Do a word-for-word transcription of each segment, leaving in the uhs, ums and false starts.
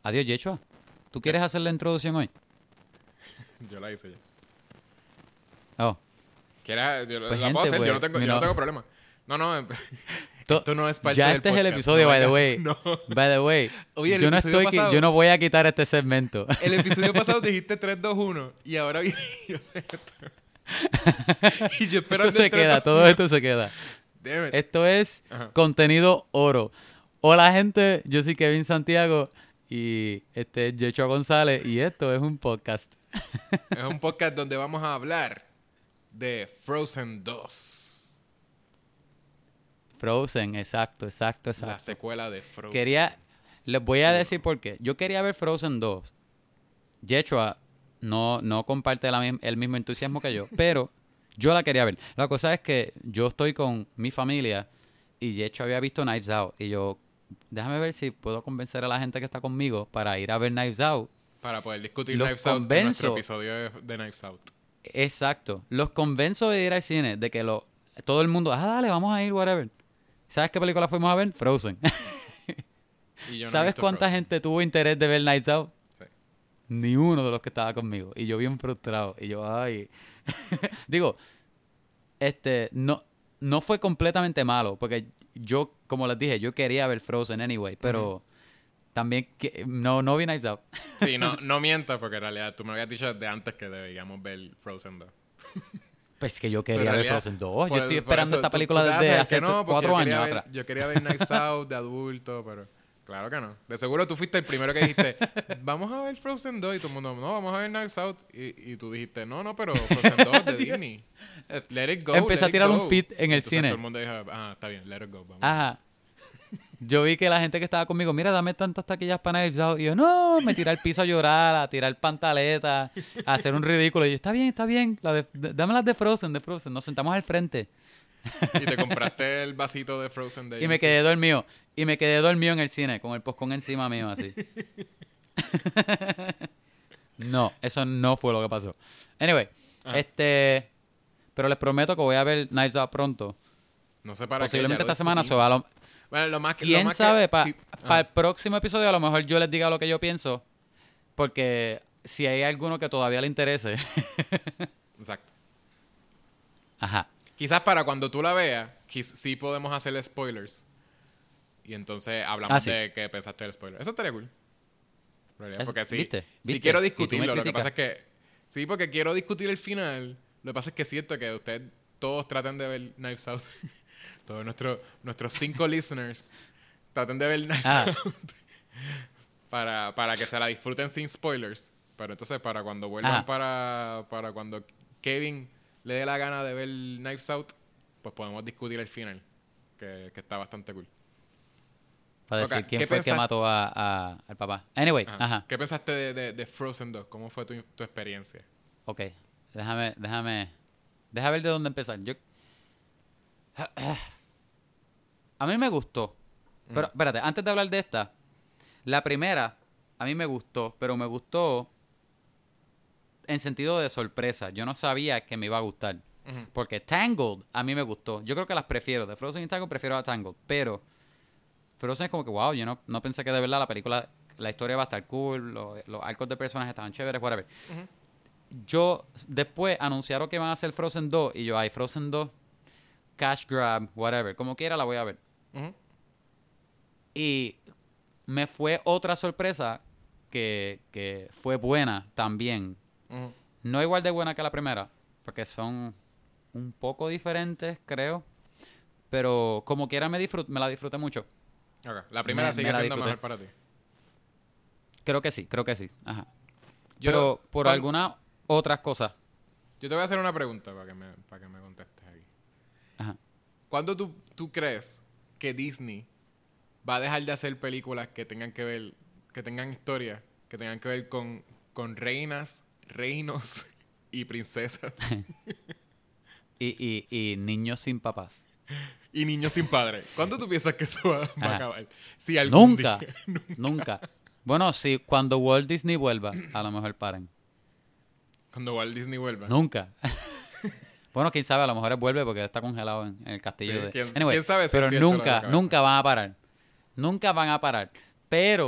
Adiós, Yechua. ¿Tú quieres hacer la introducción hoy? Yo la hice ya. Oh. ¿Quieres? Yo Pues la gente, puedo hacer, pues, yo no tengo, yo no. no tengo problema. No, no, To- esto no es parte ya del este podcast. es el episodio, no, by the venga, way. No. By the way, Oye, el yo no episodio estoy qui- pasado- yo no voy a quitar este segmento. El episodio pasado dijiste tres, dos, uno y ahora viene yo sé esto. Y yo esperando Esto se el tres, queda, dos, todo uno. esto se queda. Damn it. Esto es Ajá. contenido oro. Hola gente, yo soy Kevin Santiago y este es Yechua González y esto es un podcast. Es un podcast donde vamos a hablar de Frozen dos. Frozen, exacto, exacto, La exacto. secuela de Frozen. Quería, les voy a decir por qué. Yo quería ver Frozen dos. Yechua no, no comparte la mi- el mismo entusiasmo que yo, pero yo la quería ver. La cosa es que yo estoy con mi familia y Yechua había visto Knives Out y yo, déjame ver si puedo convencer a la gente que está conmigo para ir a ver Knives Out. Para poder discutir Los Knives Out en convenzo. nuestro episodio de, de Knives Out. Exacto. Los convenzo de ir al cine, de que lo, todo el mundo, ah, dale, vamos a ir, whatever. ¿Sabes qué película fuimos a ver? Frozen. Y yo no he ¿Sabes visto cuánta Frozen. gente tuvo interés de ver Knives Out? Sí. Ni uno de los que estaba conmigo. Y yo bien frustrado. Y yo, ay. Digo, este, no, no fue completamente malo. Porque yo, como les dije, yo quería ver Frozen anyway. Pero también que, no, no vi Knives Out. Sí, no, no mientas porque en realidad tú me habías dicho desde antes que deberíamos ver Frozen dos. Pues que yo So, en quería ver realidad, Frozen dos. por- Yo estoy por esperando eso esta tú- película tú te desde haces el hace que no, porque cuatro yo años quería ver- atrás. Yo quería ver Knives Out de adulto, pero claro que no. De seguro tú fuiste el primero que dijiste, vamos a ver Frozen dos y todo el mundo, no, vamos a ver Knives Out. Y, y tú dijiste, no, no, pero Frozen dos de Disney. Let it go, Empecé let a tirar it un go. feed en el Entonces cine. todo el mundo dijo, ah, está bien, let it go. Vamos. Ajá. Yo vi que la gente que estaba conmigo, mira, dame tantas taquillas para Knives Out. Y yo, no, me tiré al piso a llorar, a tirar pantaletas, a hacer un ridículo. Y yo, está bien, está bien, la de, d- dame las de Frozen, de Frozen. Nos sentamos al frente. Y te compraste el vasito de Frozen de Y me Easy. quedé dormido. Y me quedé dormido en el cine, con el poscón encima mío, así. No, eso no fue lo que pasó. Anyway, Ajá. este... Pero les prometo que voy a ver Knives Out pronto. No sé para qué, Posiblemente ya lo esta semana. discutimos. So, a lo- Bueno, lo más que... lo ¿Quién más que- sabe? Para sí, ah, el próximo episodio a lo mejor yo les diga lo que yo pienso. Porque si hay alguno que todavía le interese. Exacto. Ajá. Quizás para cuando tú la veas, quiz- sí podemos hacer spoilers. Y entonces hablamos Ah, sí. de qué pensaste del spoiler. Eso estaría cool. En realidad, Es- Porque sí, ¿viste? sí ¿Viste? quiero Y tú me discutirlo. Lo que pasa es criticas. que... Sí, porque quiero discutir el final. Lo que pasa es que siento que ustedes todos traten de ver Knives Out. Todos nuestros nuestros cinco listeners traten de ver Knives Ah. Out. para, para que se la disfruten sin spoilers. Pero entonces para cuando vuelvan Ajá. para, para cuando Kevin le dé la gana de ver Knives Out, pues podemos discutir el final. Que, que está bastante cool. Para Ok, decir quién ¿qué fue el que pensas- mató a, a- al papá. Anyway, Ajá. ajá. ¿Qué pensaste de, de, de Frozen dos? ¿Cómo fue tu, tu experiencia? Ok. Déjame, déjame. Déjame ver de dónde empezar. Yo. A mí me gustó. Pero, espérate, antes de hablar de esta, la primera, a mí me gustó, pero me gustó en sentido de sorpresa. Yo no sabía que me iba a gustar. Ujú. Porque Tangled a mí me gustó. Yo creo que las prefiero. De Frozen y Tangled prefiero a Tangled. Pero Frozen es como que, wow, yo no, no pensé que de verdad la película, la historia va a estar cool, los, los arcos de personajes estaban chéveres, whatever. Ujú. Yo, después anunciaron que van a hacer Frozen dos y yo, ay, Frozen dos, cash grab, whatever. Como quiera la voy a ver. Ujú. Y me fue otra sorpresa que, que fue buena también. Ujú. No igual de buena que la primera, porque son un poco diferentes, creo. Pero como quiera me, disfrut me la disfruté mucho. Ok. La primera Me- sigue me la siendo disfruté. mejor para ti. Creo que sí, creo que sí. Ajá. Yo- Pero por cuan- algunas otras cosas. Yo te voy a hacer una pregunta para que me, para que me contestes aquí. Ajá. ¿Cuándo tú, tú crees que Disney va a dejar de hacer películas que tengan que ver, que tengan historia, que tengan que ver con, con reinas, reinos y princesas Y, y, y niños sin papás. y niños sin padre? ¿Cuándo tú piensas que eso va, va a Ajá. acabar? Si algún Nunca. día. Nunca. Bueno, sí, cuando Walt Disney vuelva, a lo mejor paren. Cuando Walt Disney vuelva. Nunca. Bueno, quién sabe, a lo mejor él vuelve porque está congelado en, en el castillo Sí, de... quién- Anyway, quién sabe si pero es cierto lo de la nunca, cabeza. nunca van a parar. Nunca van a parar. Pero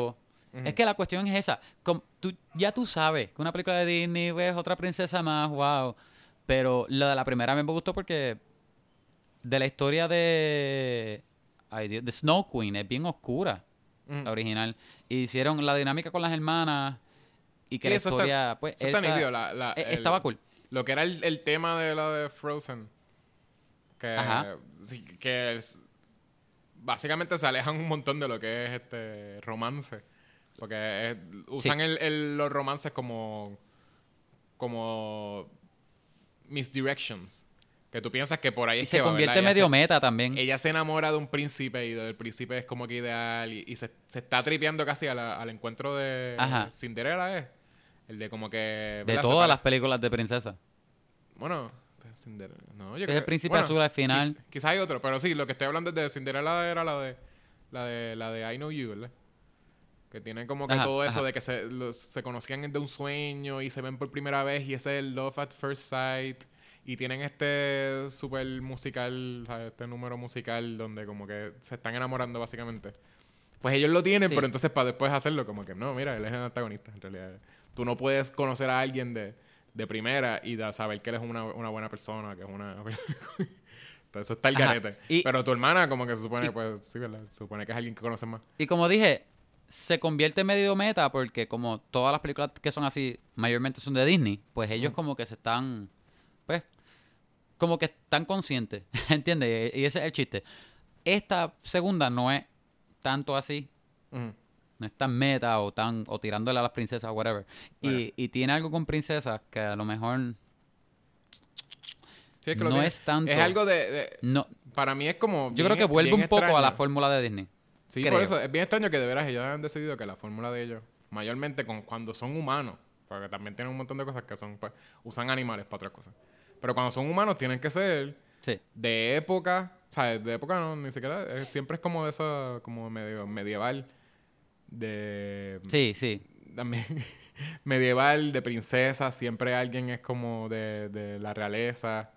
Uh-huh. Es que la cuestión es esa. Como tú, ya tú sabes que una película de Disney es otra princesa más, wow. Pero la de la primera me gustó porque de la historia de... Ay, Dios, de Snow Queen es bien oscura, uh-huh. la original. Y hicieron la dinámica con las hermanas y que sí, la historia... Está, pues eso está nítido. La, la, el, estaba cool. Lo que era el, el tema de la de Frozen. Que, sí, que es, básicamente se alejan un montón de lo que es este romance. Porque es, usan sí. el, el, los romances como como misdirections. Que tú piensas que por ahí y es se que va, convierte medio se, meta también. Ella se enamora de un príncipe y el príncipe es como que ideal y, y se, se está tripeando casi a la, al encuentro de Ajá. Cinderella, ¿es? El de como que... De todas las películas de princesa. Bueno... Cinderella. No, yo es creo, el príncipe bueno, azul al final. Quizás quizá hay otro, pero sí, lo que estoy hablando es de Cinderella era la de la de la de I Know You, ¿verdad? Que tienen como que ajá, todo eso ajá. de que se, los, se conocían de un sueño y se ven por primera vez y ese es el Love at First Sight y tienen este super musical, ¿sabes? Este número musical donde como que se están enamorando básicamente. Pues ellos lo tienen, sí. pero entonces para después hacerlo como que no, mira, él es el antagonista en realidad. Tú no puedes conocer a alguien de de primera y de saber que él es una, una buena persona, que es una... Entonces eso está el garete. Y, pero tu hermana como que se supone, y, pues sí, ¿verdad? Se supone que es alguien que conoce más. Y como dije, se convierte en medio meta porque como todas las películas que son así, mayormente son de Disney, pues ellos mm. como que se están, pues, como que están conscientes, ¿entiendes? Y ese es el chiste. Esta segunda no es tanto así. Mm. No es tan meta o tan o tirándole a las princesas o whatever. Bueno. Y, y tiene algo con princesas que a lo mejor sí, es que no lo es tanto. Es algo de, de... No. Para mí es como... Yo creo que vuelve un poco extraño. a la fórmula de Disney. Sí, creo. por eso. Es bien extraño que de veras ellos han decidido que la fórmula de ellos, mayormente con cuando son humanos, porque también tienen un montón de cosas que son... Pues, usan animales para otras cosas. Pero cuando son humanos tienen que ser sí. de época... O sea, de época no, ni siquiera... Eh, siempre es como de esa... Como medio medieval... de sí sí también medieval de princesa, siempre alguien es como de, de la realeza,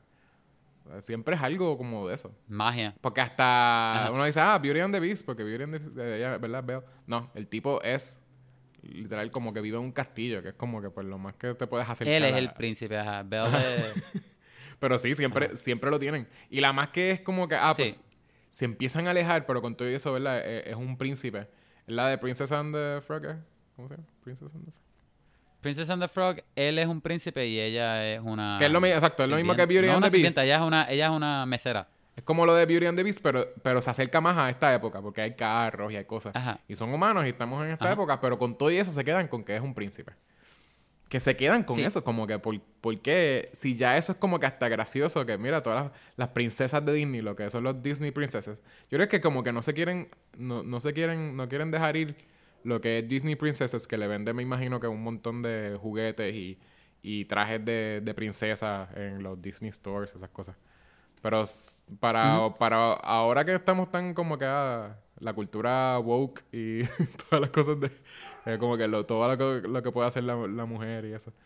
siempre es algo como de eso, magia, porque hasta Ajá. uno dice ah Beauty and the Beast porque Beauty and the Beast, ella, ¿verdad? Veo no, el tipo es literal como que vive en un castillo, que es como que pues lo más que te puedes hacer él es a... el príncipe, ajá, Belle de... pero sí, siempre ajá. siempre lo tienen y la más que es como que ah pues sí. se empiezan a alejar, pero con todo eso, ¿verdad? Es, es un príncipe. La de Princess and the Frog, ¿eh? ¿Cómo se llama? Princess and the Frog. Princess and the Frog, él es un príncipe y ella es una... Que es lo mismo, exacto, es lo mismo que Beauty no and the Beast. Ella es una, ella es una mesera. Es como lo de Beauty and the Beast, pero, pero se acerca más a esta época, porque hay carros y hay cosas. Ajá. Y son humanos y estamos en esta Ajá. época, pero con todo y eso se quedan con que es un príncipe. Que se quedan con sí. eso, como que por, por qué, si ya eso es como que hasta gracioso, que mira, todas las, las princesas de Disney, lo que son los Disney princesses, yo creo que como que no se quieren, no, no se quieren, no quieren dejar ir lo que es Disney Princesses, que le vende, me imagino que un montón de juguetes y, y trajes de, de princesa en los Disney Stores, esas cosas. Pero para, uh-huh. para ahora que estamos tan como que ah, la cultura woke y todas las cosas de... Eh, como que lo, todo lo que, lo que puede hacer la, la mujer y eso.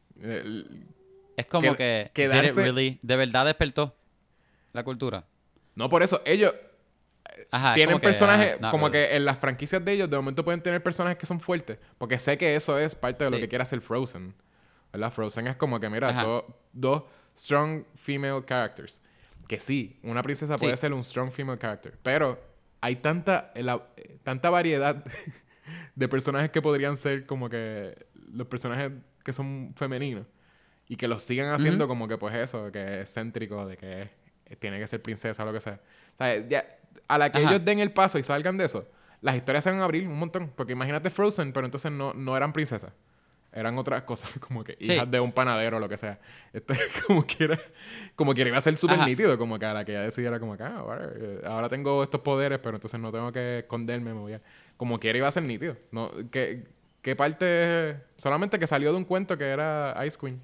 El, es como que... Quedarse, did it really, ¿de verdad despertó la cultura? No, por eso. Ellos... Ajá, tienen como personajes... Que, uh, como really. que en las franquicias de ellos de momento pueden tener personajes que son fuertes. Porque sé que eso es parte de lo sí. que quiere hacer Frozen. ¿Verdad? Frozen es como que, mira, to, dos strong female characters. Que sí, una princesa sí. puede ser un strong female character. Pero hay tanta, la, tanta variedad de personajes que podrían ser como que los personajes que son femeninos. Y que los sigan haciendo uh-huh. como que pues eso, que es céntrico, de que es, tiene que ser princesa o lo que sea. O sea, ya, a la que Ajá. ellos den el paso y salgan de eso, las historias se van a abrir un montón. Porque imagínate Frozen, pero entonces no, no eran princesas. Eran otras cosas, como que hijas sí. de un panadero o lo que sea. Este, como quiera, como quiera iba a ser súper nítido, como que a la que ella decidiera como que, ah, bueno, ahora tengo estos poderes, pero entonces no tengo que esconderme, me voy a... Como quiera iba a ser nítido. No, ¿qué, qué parte? Solamente que salió de un cuento que era Ice Queen.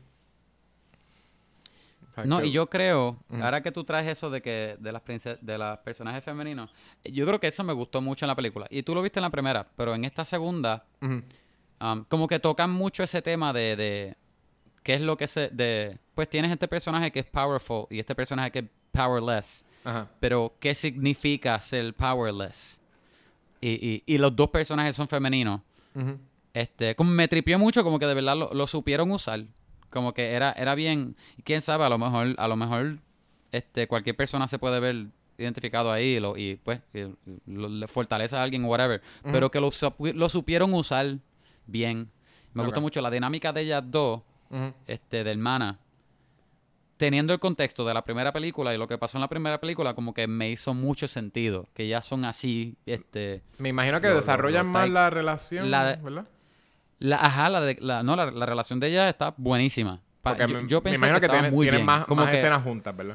O sea, no, que... y yo creo, uh-huh. ahora que tú traes eso de que de las princes, de los personajes femeninos, yo creo que eso me gustó mucho en la película. Y tú lo viste en la primera, pero en esta segunda... Uh-huh. Um, como que tocan mucho ese tema de, de qué es lo que se... de pues tienes este personaje que es powerful y este personaje que es powerless. Ajá. Pero ¿qué significa ser powerless? Y, y, y los dos personajes son femeninos. Ujú. Este, como me tripió mucho, como que de verdad lo, lo supieron usar. Como que era, era bien, quién sabe, a lo mejor, a lo mejor, este, cualquier persona se puede ver identificado ahí y, lo, y pues, y lo- le fortalece a alguien o whatever. Ujú. Pero que lo, supi- lo supieron usar bien. Me gustó Ok. mucho la dinámica de ellas dos, Ujú. este, de hermana. Teniendo el contexto de la primera película y lo que pasó en la primera película, como que me hizo mucho sentido. Que ellas son así, este, Me imagino que lo, lo, desarrollan lo más tight. la relación, La, ¿verdad? la, ajá, la, de, la, no, la, la relación de ellas está buenísima. Pa- Porque yo, me, yo me pensé que imagino que estaba tienen, muy tienen bien. más, Como más que, escenas juntas, ¿verdad?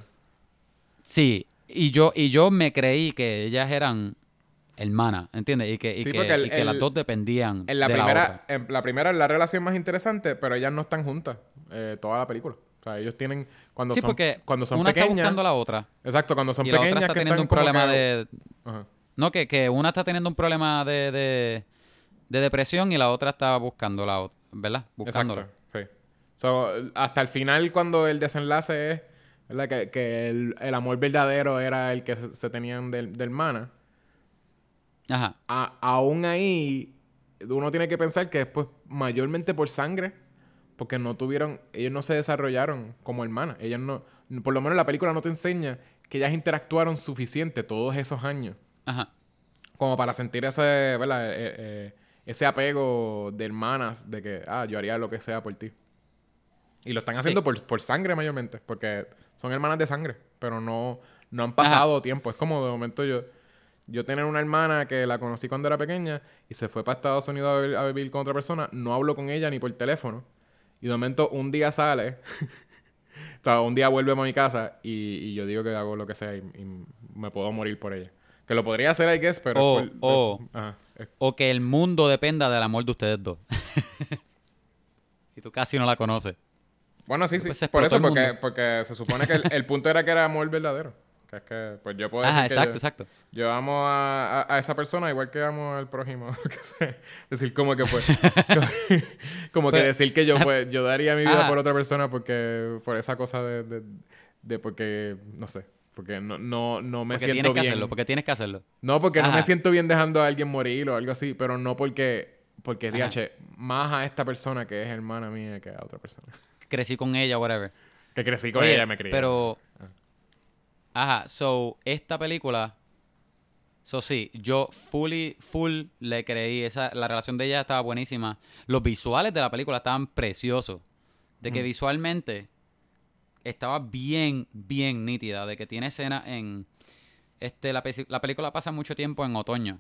sí, y yo, y yo me creí que ellas eran hermanas, ¿entiendes? Y que, y Sí, que, porque el- y que las el- dos dependían En la de la primera, otra. en la primera es la relación más interesante, pero ellas no están juntas eh, toda la película. O sea, ellos tienen, cuando Sí, son, porque cuando son una está pequeñas, buscando a la otra exacto, cuando son y la otra pequeñas está que teniendo están un como problema que, de... ajá, No, que, que una está teniendo un problema de, de, de depresión y la otra está buscando la otra, ¿verdad? Buscándola. exacto, sí. So, hasta el final cuando el desenlace es, ¿verdad? Que, que el, el amor verdadero era el que se, se tenían de, de hermana. Ajá. A- aún ahí, uno tiene que pensar que después, mayormente por sangre, porque no tuvieron, ellos no se desarrollaron como hermanas. Ellas no, por lo menos la película no te enseña que ellas interactuaron suficiente todos esos años Ajá. como para sentir ese, ¿verdad? Eh, eh, ese apego de hermanas, de que, ah, yo haría lo que sea por ti. Y lo están Sí. haciendo por, por sangre mayormente, porque son hermanas de sangre, pero no, no han Ajá. pasado tiempo. Es como de momento yo, yo tener una hermana que la conocí cuando era pequeña y se fue para Estados Unidos a, vi- a vivir con otra persona, no hablo con ella ni por teléfono. Y de momento un día sale, o sea, un día vuelve a mi casa y, y yo digo que hago lo que sea y, y me puedo morir por ella. Que lo podría hacer, I guess, pero es O, por... o, Ajá. Es- o que el mundo dependa del amor de ustedes dos. Y tú casi no la conoces. Bueno, sí, sí. Después se Por explotó eso, el porque, mundo. porque se supone que el, el punto era que era amor verdadero. Que es que, pues yo puedo decir Ajá, que exacto, yo, exacto. yo amo a, a, a esa persona igual que amo al prójimo. lo que sea. Decir como que pues... Como, como que Pues, decir que yo pues yo daría mi vida ajá. por otra persona porque... Por esa cosa de... De, de porque... No sé. Porque no, no, no me Porque siento tienes que bien. hacerlo, porque tienes que hacerlo. No, porque no me Ajá. siento bien dejando a alguien morir o algo así. Pero no porque... Porque, D Ajá. H, más a esta persona que es hermana mía que a otra persona. Crecí con ella, whatever. Que crecí con Oye, ella, me crié. pero... Ah. Ajá, so, esta película... So, sí, yo fully, full le creí. Esa, la relación de ella estaba buenísima. Los visuales de la película estaban preciosos. De que Mm. visualmente estaba bien, bien nítida. De que tiene escenas en... Este, la, pesi- la película pasa mucho tiempo en otoño.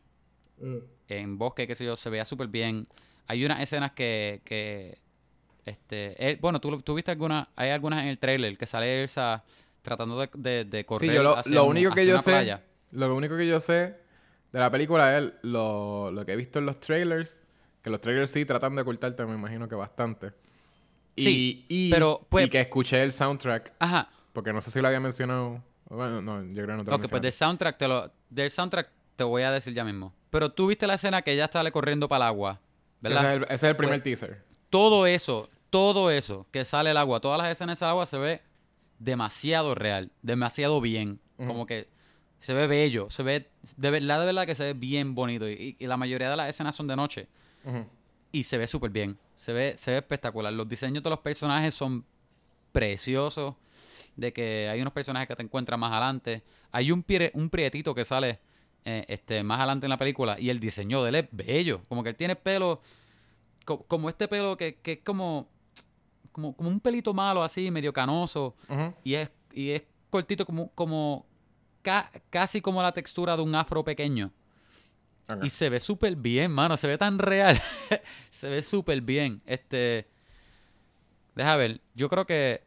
En bosque, qué sé yo, se veía súper bien. Hay unas escenas que... que este, él- bueno, tú, tú viste algunas... Hay algunas en el trailer que sale Elsa tratando de, de, de correr Sí, yo lo, hacia, lo un- único que hacia yo una sé, playa. lo único que yo sé de la película es lo, lo que he visto en los trailers, que los trailers sí tratan de ocultarte, me imagino que bastante. Y, Sí, y, pero, pues- y que escuché el soundtrack, Ajá. porque no sé si lo había mencionado. Bueno, no, yo creo que no te lo Ok, pues mencioné. del soundtrack te lo, del soundtrack te voy a decir ya mismo. Pero tú viste la escena que ella estaba corriendo para el agua, Ese es ¿verdad? el, ese es el primer Pues, teaser. todo eso, todo eso que sale el agua, todas las escenas del agua se ve demasiado real, demasiado bien. Ujú. Como que se ve bello, se ve, de verdad, de verdad que se ve bien bonito. Y, y la mayoría de las escenas son de noche. Ujú. Y se ve súper bien. Se ve, se ve espectacular. Los diseños de los personajes son preciosos. De que hay unos personajes que te encuentras más adelante. Hay un, pire- un prietito que sale eh, este, más adelante en la película. Y el diseño de él es bello. Como que él tiene pelo. co- como este pelo que, que es como, como. Como un pelito malo así, medio canoso. Ujú. Y es, y es cortito como. como ca- casi como la textura de un afro pequeño. Ok. Y se ve súper bien, mano. Se ve tan real. Se ve súper bien. Este. Deja ver. Yo creo que.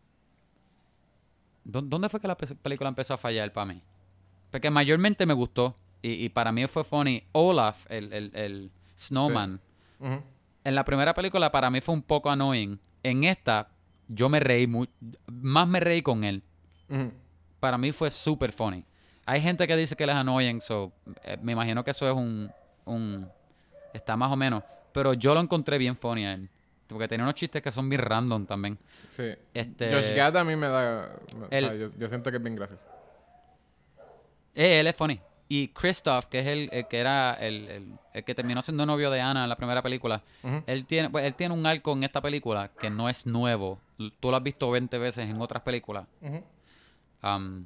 ¿Dó- ¿Dónde fue que la pe- película empezó a fallar para mí? Porque mayormente me gustó. Y, y para mí fue funny. Olaf, el, el, el Snowman. Ujú. En la primera película para mí fue un poco annoying. En esta, yo me reí muy. Más me reí con él. Ujú. Para mí fue súper funny. Hay gente que dice que él es annoying, so, eh, me imagino que eso es un, un... Está más o menos. Pero yo lo encontré bien funny a él. Porque tenía unos chistes que son bien random también. Sí. Este- Josh Gad a mí me da... o sea, El- yo, yo siento que es bien gracioso. Eh, él es funny. Y Kristoff, que es el, el que era el, el, el que terminó siendo novio de Anna en la primera película, Ujú. él tiene pues, él tiene un arco en esta película que no es nuevo. L- Tú lo has visto veinte veces en otras películas. Ujú. Um,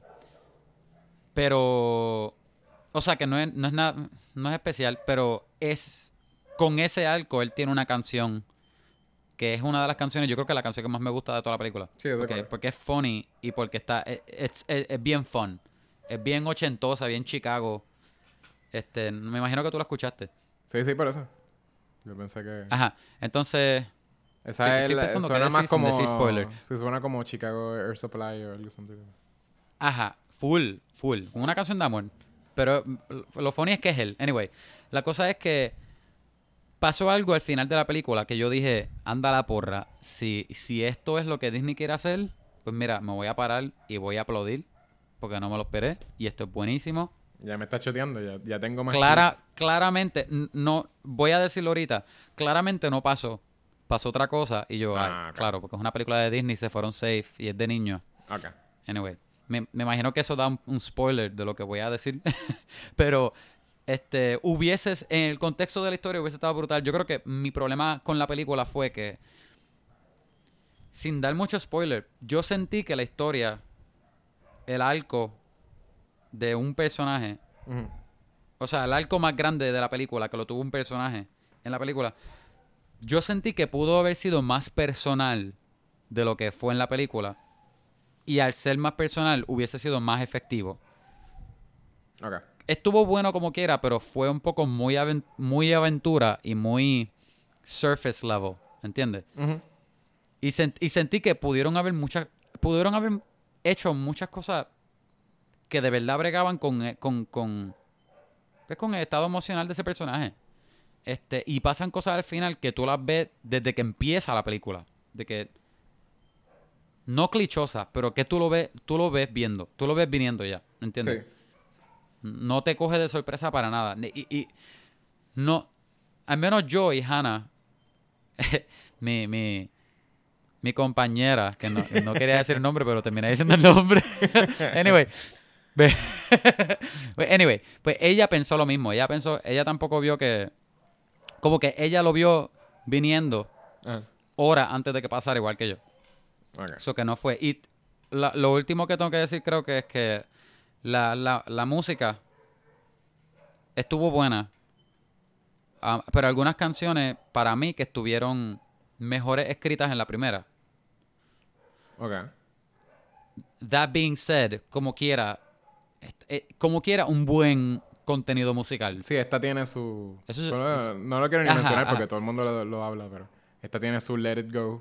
pero, o sea, que no es, no es nada, no es especial, pero es, con ese arco él tiene una canción que es una de las canciones, yo creo que la canción que más me gusta de toda la película. Sí, eso Porque, es. porque es funny y porque está, es, es, es- es bien fun. Es bien ochentosa, bien Chicago. Este, me imagino que tú la escuchaste. Sí, sí, por eso. Yo pensé que... Ajá, entonces, estoy, Esa es estoy la- pensando qué suena más decir sin decir spoiler. como... Sí, suena como Chicago Air Supply o algo así. Ajá, full, full. Una canción de amor. Pero mm, lo funny es que es él. Anyway, la cosa es que pasó algo al final de la película que yo dije, anda la porra. Si, si esto es lo que Disney quiere hacer, pues mira, me voy a parar y voy a aplaudir. Porque no me lo esperé. Y esto es buenísimo. Ya me está choteando, ya, ya tengo más Clara, clues. claramente, n- no, voy a decirlo ahorita. Claramente no pasó. Pasó otra cosa. Y yo, ay, Ah, ok. claro, porque es una película de Disney, se fueron safe y es de niños. Ok. Anyway, me, me imagino que eso da un, un spoiler de lo que voy a decir. Pero, este, hubieses, en el contexto de la historia hubiese estado brutal. Yo creo que mi problema con la película fue que, sin dar mucho spoiler, yo sentí que la historia, el arco de un personaje, Ujú. o sea, el arco más grande de la película, que lo tuvo un personaje en la película, yo sentí que pudo haber sido más personal de lo que fue en la película. Y al ser más personal, hubiese sido más efectivo. Ok. Estuvo bueno como quiera, pero fue un poco muy, aven- muy aventura y muy surface level, ¿entiendes? Ujú. Y, sent- y sentí que pudieron haber muchas, pudieron haber hecho muchas cosas que de verdad bregaban con, eh, con, con, pues, con el estado emocional de ese personaje. Este, y pasan cosas al final que tú las ves desde que empieza la película. De que, no clichosas, pero que tú lo ves, tú lo ves viendo, tú lo ves viniendo ya, ¿entiendes? Sí. No te coge de sorpresa para nada. Ni- Y, y no, al menos yo y Hannah, mi, mi, mi compañera, que no, no quería decir el nombre, pero terminé diciendo el nombre. Anyway, ve- pues, anyway, pues ella pensó lo mismo. Ella pensó, ella tampoco vio que, como que ella lo vio viniendo Ajá. horas antes de que pasara, igual que yo. Ok. Eso que no fue. Y la- lo último que tengo que decir creo que es que la, la, la música estuvo buena. Ah, pero algunas canciones, para mí, que estuvieron mejores escritas en la primera. Ok. That being said, como quiera, est- eh, como quiera, un buen contenido musical. Sí, esta tiene su... Eso es- solo- es- no lo quiero ni Ajá, mencionar ajá. porque todo el mundo lo, lo habla, pero... Esta tiene su Let It Go.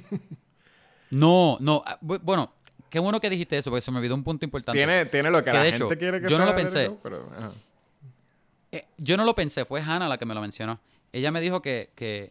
No, no. ah, bu- Bueno, qué bueno que dijiste eso, porque se me olvidó un punto importante. Tiene, tiene lo que, Que la de gente hecho, quiere que yo no sea lo Let It pensé. Go, pero... Ajá. Eh, yo no lo pensé, fue Hannah la que me lo mencionó. Ella me dijo que, que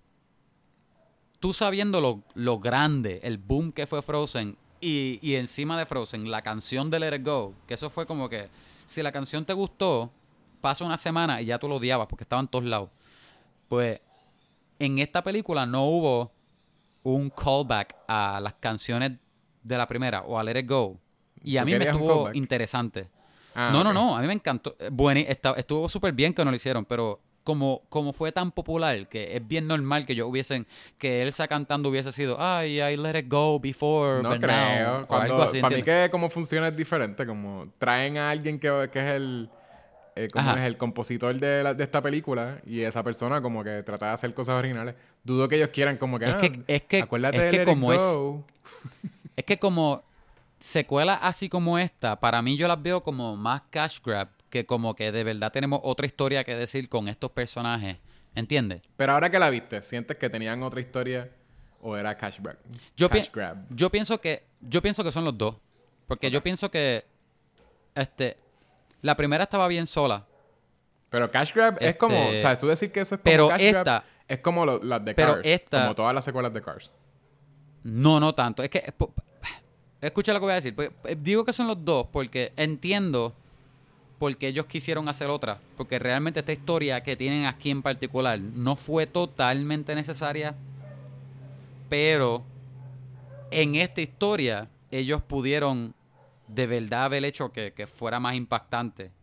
tú sabiendo lo, lo grande, el boom que fue Frozen, y, y encima de Frozen, la canción de Let It Go, que eso fue como que, si la canción te gustó, pasa una semana y ya tú lo odiabas porque estaba en todos lados. Pues en esta película no hubo un callback a las canciones de la primera o a Let It Go. Y a ¿Tú mí me querías un estuvo callback? interesante. Ah, no, no, ok. no, a mí me encantó. Eh, Bueno, está- estuvo súper bien que no lo hicieron, pero como, como fue tan popular que es bien normal que yo hubiesen, que Elsa cantando hubiese sido, ay, I let it go before, No but creo. now, o Cuando, algo así, para mí ¿entiendes? que cómo funciona es diferente. Como traen a alguien que, que es el... eh, como Ajá. es el compositor de, la- de esta película y esa persona como que trata de hacer cosas originales. Dudo que ellos quieran como que... Es Ah, que, es que, acuérdate es de que Let It como es, Go. es que como secuelas así como esta, para mí yo las veo como más cash grab, que como que de verdad tenemos otra historia que decir con estos personajes, ¿entiendes? Pero ahora que la viste, ¿sientes que tenían otra historia o era cash grab? Yo, pi- Cash grab. yo pienso que yo pienso que son los dos, porque Ok. yo pienso que este la primera estaba bien sola, Pero cash grab es como... Este, ¿Sabes? Tú decir que eso es como pero cash esta- grab es como lo- las de pero Cars. esta- Como todas las secuelas de Cars. no, no tanto. Es que eh, po- escucha lo que voy a decir. Pues, eh, digo que son los dos porque entiendo por qué ellos quisieron hacer otra, porque realmente esta historia que tienen aquí en particular no fue totalmente necesaria, pero en esta historia ellos pudieron de verdad haber hecho que, que fuera más impactante.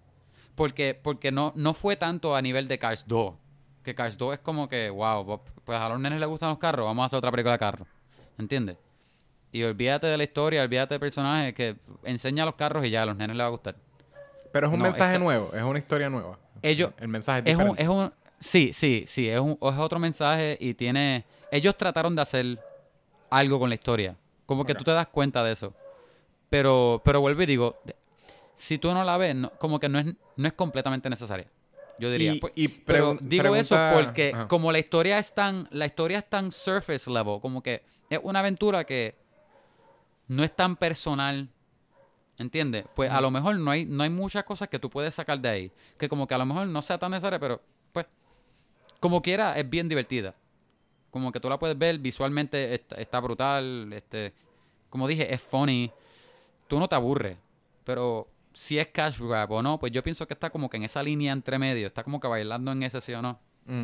Porque, porque no, no fue tanto a nivel de Cars dos. Que Cars dos es como que, wow, pues a los nenes les gustan los carros, vamos a hacer otra película de carros. ¿Entiendes? Y olvídate de la historia, olvídate del personaje, que enseña los carros y ya, a los nenes les va a gustar. Pero es un No, mensaje esta- nuevo, es una historia nueva. Ellos, El mensaje es es un, diferente. es un, sí, sí, sí, es, un, es otro mensaje y tiene, ellos trataron de hacer algo con la historia. Como que Ok. tú te das cuenta de eso. Pero, pero vuelvo y digo, si tú no la ves, no- como que no es, no es completamente necesaria. Yo diría. Y, Pues, y pero pregun- digo eso pregunta... porque Ajá. como la historia es tan, la historia es tan surface level, como que es una aventura que no es tan personal, ¿entiendes? Pues a Ujú. lo mejor no hay, no hay muchas cosas que tú puedes sacar de ahí. Que como que a lo mejor no sea tan necesaria, pero pues, como quiera, es bien divertida. Como que tú la puedes ver visualmente, está, está brutal, este, como dije, es funny. Tú no te aburres, pero si es cash grab o no, pues yo pienso que está como que en esa línea entre medio, está como que bailando en ese sí o no. Mm.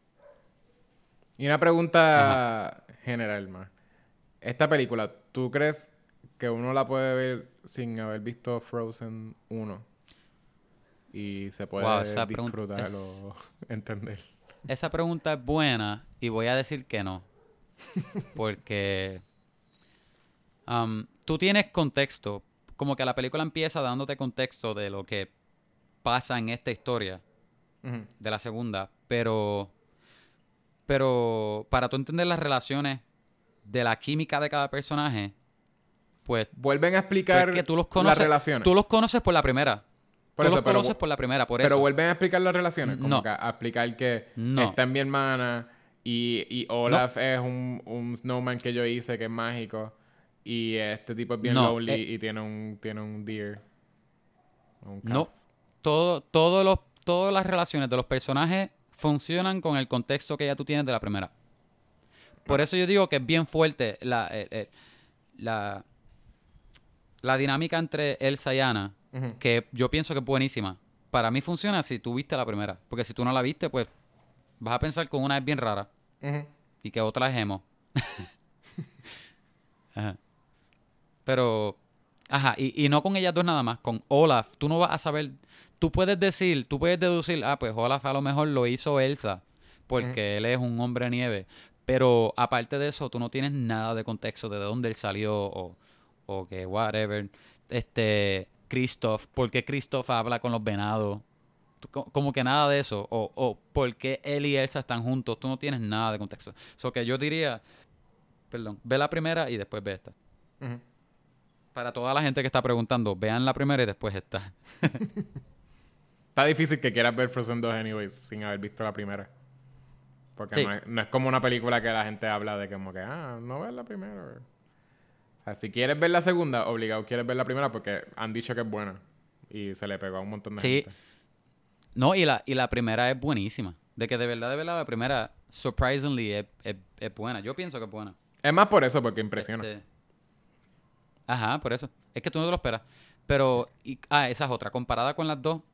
Y una Ajá. pregunta general más. Esta película, ¿tú crees que uno la puede ver sin haber visto Frozen uno y se Wow, puede esa pregunta disfrutar es, o entender? esa pregunta es buena y voy a decir que no, porque um, tú tienes contexto, como que la película empieza dándote contexto de lo que pasa en esta historia Ujú. de la segunda, pero pero para tú entender las relaciones de la química de cada personaje, pues Vuelven a pues que explicar tú los las conoces, relaciones. tú los conoces por la primera. Por Tú los eso, pero, conoces vu- por la primera, por pero eso. vuelven a explicar las relaciones. Como No, que a explicar que no, esta es mi hermana y, y no, Olaf es un, un snowman que yo hice que es mágico. Y este tipo es bien no, lonely eh, y tiene un, tiene un deer. O un calf. no. Todo, todos los, todas las relaciones de los personajes funcionan con el contexto que ya tú tienes de la primera. Por Ok. eso yo digo que es bien fuerte la, eh, eh, la, la dinámica entre Elsa y Anna, Ujú. que yo pienso que es buenísima. Para mí funciona si tú viste la primera. Porque si tú no la viste, pues vas a pensar que una es bien rara Ujú. y que otra es emo. Ajá. Pero, ajá, y, y no con ellas dos nada más, con Olaf, tú no vas a saber, tú puedes decir, tú puedes deducir, ah, pues Olaf a lo mejor lo hizo Elsa, Ujú. porque él es un hombre de nieve. Pero aparte de eso, tú no tienes nada de contexto de dónde él salió o, o que whatever. Este, Kristoff, ¿por qué Kristoff habla con los venados? Tú co- Como que nada de eso. O, o por qué él y Elsa están juntos. Tú no tienes nada de contexto. So que yo diría, perdón, ve la primera y después ve esta. Ujú. Para toda la gente que está preguntando, vean la primera y después esta. Está difícil que quieras ver Frozen dos anyways sin haber visto la primera. Porque Sí, no es, no es como una película que la gente habla de como que, ah, no ves la primera. O sea, si quieres ver la segunda, obligado quieres ver la primera porque han dicho que es buena. Y se le pegó a un montón de sí. gente. No, y la, y la primera es buenísima. De que de verdad, de verdad, la primera, surprisingly, es, es- es buena. Yo pienso que es buena. Es más por eso, porque impresiona. Este, ajá, por eso. Es que tú no te lo esperas. Pero, y- ah, esa es otra. Comparada con las dos,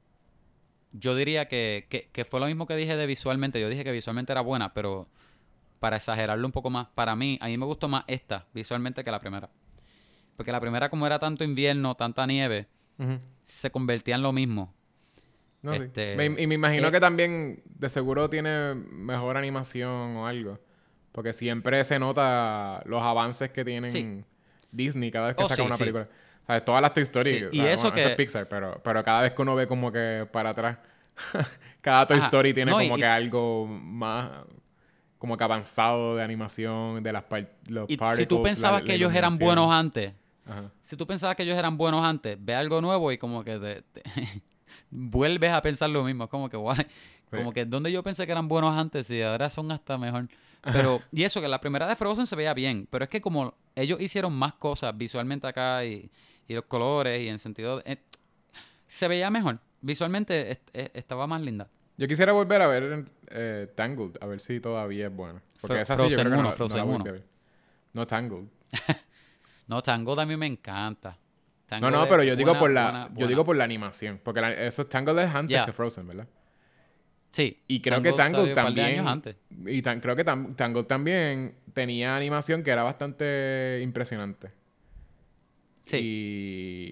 yo diría que, que, que fue lo mismo que dije de visualmente. Yo dije que visualmente era buena, pero para exagerarlo un poco más, para mí, a mí me gustó más esta visualmente que la primera. Porque la primera, como era tanto invierno, tanta nieve, Ujú. se convertía en lo mismo. No, sí. Me- Este, y me imagino eh, que también de seguro tiene mejor animación o algo. Porque siempre se nota los avances que sí, tienen Disney cada vez que oh saca sí, una sí, película. O sea, todas las Toy Story, sí. o Y sea, eso bueno, eso es que, Pixar, pero, pero cada vez que uno ve como que para atrás, cada Toy ajá, Story tiene no, y, como que y, algo más como que avanzado de animación, de las par- los y si tú particles, la, pensabas la que ellos eran buenos iluminación. antes, Ajá. si tú pensabas que ellos eran buenos antes, ve algo nuevo y como que te, te- vuelves a pensar lo mismo. Es como que, guay, Sí. como que donde yo pensé que eran buenos antes y ahora son hasta mejor. Pero, y eso, que la primera de Frozen se veía bien, pero es que como ellos hicieron más cosas visualmente acá y, y los colores y en sentido, de- eh, se veía mejor. Visualmente est- eh, estaba más linda. Yo quisiera volver a ver eh, Tangled, a ver si todavía es buena. Porque Fro- esa sí yo creo Frozen que no uno, la, no la Frozen volví a uno. ver. No Tangled. No, Tango también me encanta. No, Tango no, es pero yo digo buena, por la, buena, yo buena. digo por la animación. Porque la, eso Tangled es antes Ya, que Frozen, ¿verdad? sí. Y creo que Tango Tangled salió un par de años también. antes. Y tan- creo que tam- Tangled también tenía animación que era bastante impresionante. Sí. Y,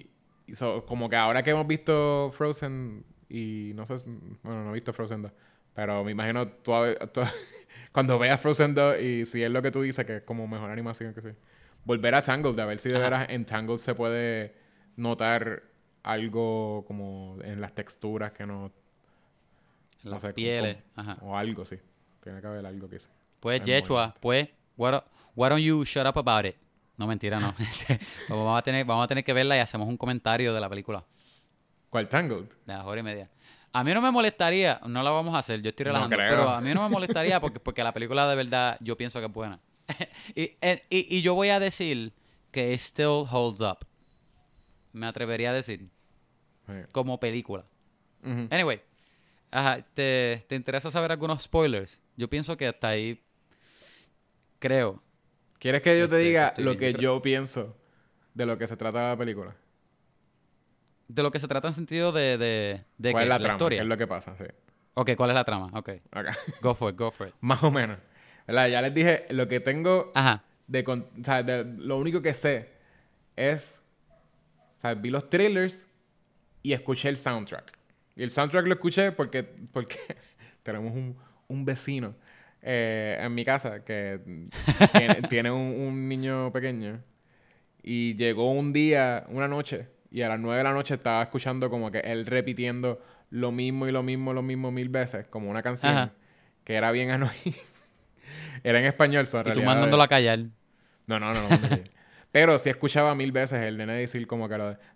y so, como que ahora que hemos visto Frozen y no sé, bueno, no he visto Frozen dos, pero me imagino tú, tú cuando veas Frozen dos y si es lo que tú dices, que es como mejor animación que sí, volver a Tangled, a ver si de Ajá. veras en Tangled se puede notar algo como en las texturas que no, no Las sé, pieles. como, Ajá. o algo, sí. Tiene que haber algo que sí. Pues, En Yechua, movimiento. pues, why don't, why don't you shut up about it? No, mentira, no. vamos, a tener, vamos a tener que verla y hacemos un comentario de la película. ¿Cuál Tangled? De las horas y media. A mí no me molestaría, no la vamos a hacer, yo estoy No relajando, creo. pero a mí no me molestaría porque, porque la película de verdad yo pienso que es buena. y, en- y, y yo voy a decir que it still holds up. Me atrevería a decir, Sí. como película. Ujú. Anyway, ajá, ¿te, te interesa saber algunos spoilers? Yo pienso que hasta ahí, creo, ¿Quieres que yo te este, que diga estoy lo bien. Yo que creo, yo pienso de lo que se trata la película? de lo que se trata en sentido de, de, de ¿Cuál es qué, la la trama? ¿Qué es historia. lo que pasa? Sí. Ok, ¿cuál es la trama? Ok, Acá. go for it, go for it. Más o menos. ¿Verdad? Ya les dije, lo que tengo Ajá, de, con- o sea, de- lo único que sé es, o sea, vi los trailers y escuché el soundtrack. Y el soundtrack lo escuché porque, porque tenemos un, un vecino eh, en mi casa que tiene, tiene un, un niño pequeño y llegó un día, una noche, y a las nueve de la noche estaba escuchando como que él repitiendo lo mismo y lo mismo, lo mismo mil veces, como una canción ajá. que era bien annoying. Era en español, so, en Y tú realidad... mandándola a callar. No, no, no, no. no. Pero sí escuchaba mil veces el nene decir como que lo de...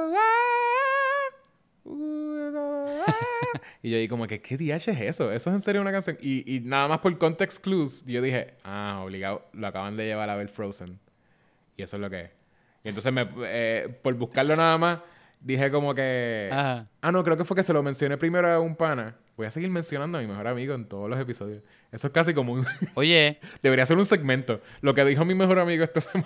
Y yo dije como que, ¿qué D H es eso? ¿Eso es en serio una canción? Y, y nada más por context clues, yo dije, ah, obligado, lo acaban de llevar a ver Frozen. Y eso es lo que es. Y entonces, me, eh, por buscarlo nada más, dije como que... Ajá. Ah, no, creo que fue que se lo mencioné primero a un pana. Voy a seguir mencionando a mi mejor amigo en todos los episodios. Eso es casi como un... Oye, Debería ser un segmento. Lo que dijo mi mejor amigo esta semana.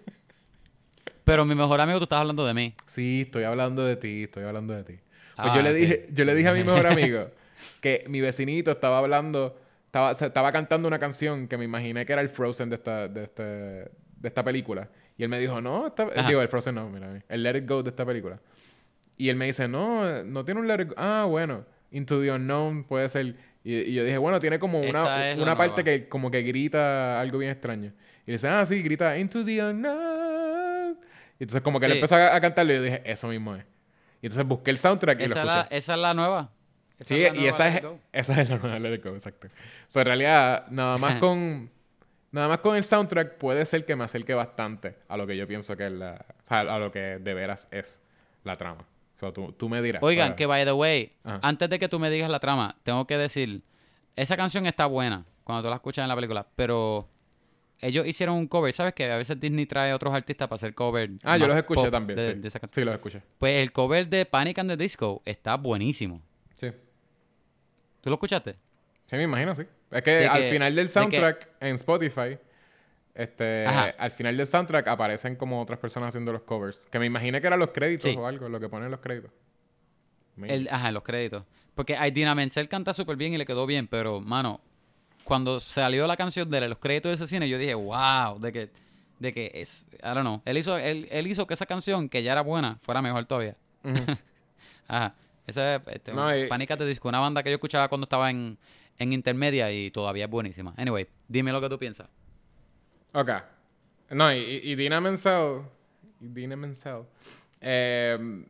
pero mi mejor amigo, tú estás hablando de mí. Sí, estoy hablando de ti, estoy hablando de ti. Pues yo Ah, le ok. dije, yo le dije a mi mejor amigo que mi vecinito estaba hablando, estaba, se- estaba cantando una canción que me imaginé que era el Frozen de esta, de este, de esta película. Y él me dijo, no, esta- Ajá. digo, el Frozen no, mira, el Let It Go de esta película. Y él me dice, no, no tiene un Let It Go. Ah, bueno, Into the Unknown puede ser. Y, y yo dije, bueno, tiene como una, Esa es la una parte nueva. que como que grita algo bien extraño. Y dice, ah, sí, grita Into the Unknown. Y entonces como que él Sí, empezó a, a cantarlo y yo dije, eso mismo es. Y entonces busqué el soundtrack y lo esa es escuché. la, esa es la nueva. Esa Sí, es la y nueva esa Let It es, Go. esa es la nueva Let It Go, exacto. O sea, en realidad, nada más con... Nada más con el soundtrack puede ser que me acerque bastante a lo que yo pienso que es la... O sea, a lo que de veras es la trama. O sea, tú, tú me dirás. Oigan, para- que by the way, Ajá. antes de que tú me digas la trama, tengo que decir, esa canción está buena cuando tú la escuchas en la película, pero ellos hicieron un cover, ¿sabes? Que a veces Disney trae a otros artistas para hacer cover Ah, yo más los escuché pop también, de, sí. de esa canción. Sí, los escuché. Pues el cover de Panic at the Disco está buenísimo. Sí. ¿Tú lo escuchaste? Sí, me imagino, sí. Es que De al que, final del de que, soundtrack en Spotify, este, ajá, al final del soundtrack aparecen como otras personas haciendo los covers. Que me imaginé que eran los créditos sí, o algo, lo que ponen los créditos. Maybe. el, ajá, en los créditos. Porque Idina Menzel canta súper bien y le quedó bien, pero, mano, cuando salió la canción de los créditos de ese cine, yo dije, wow, de que, de que es, I don't know, él hizo, él, él hizo que esa canción, que ya era buena, fuera mejor todavía. Ujú. Ajá, esa es este, No, y- Panic at the Disco, una banda que yo escuchaba cuando estaba en, en intermedia y todavía es buenísima. Anyway, dime lo que tú piensas. Ok. No, y, y y Dina Menzel. Y Dina Menzel. Eh,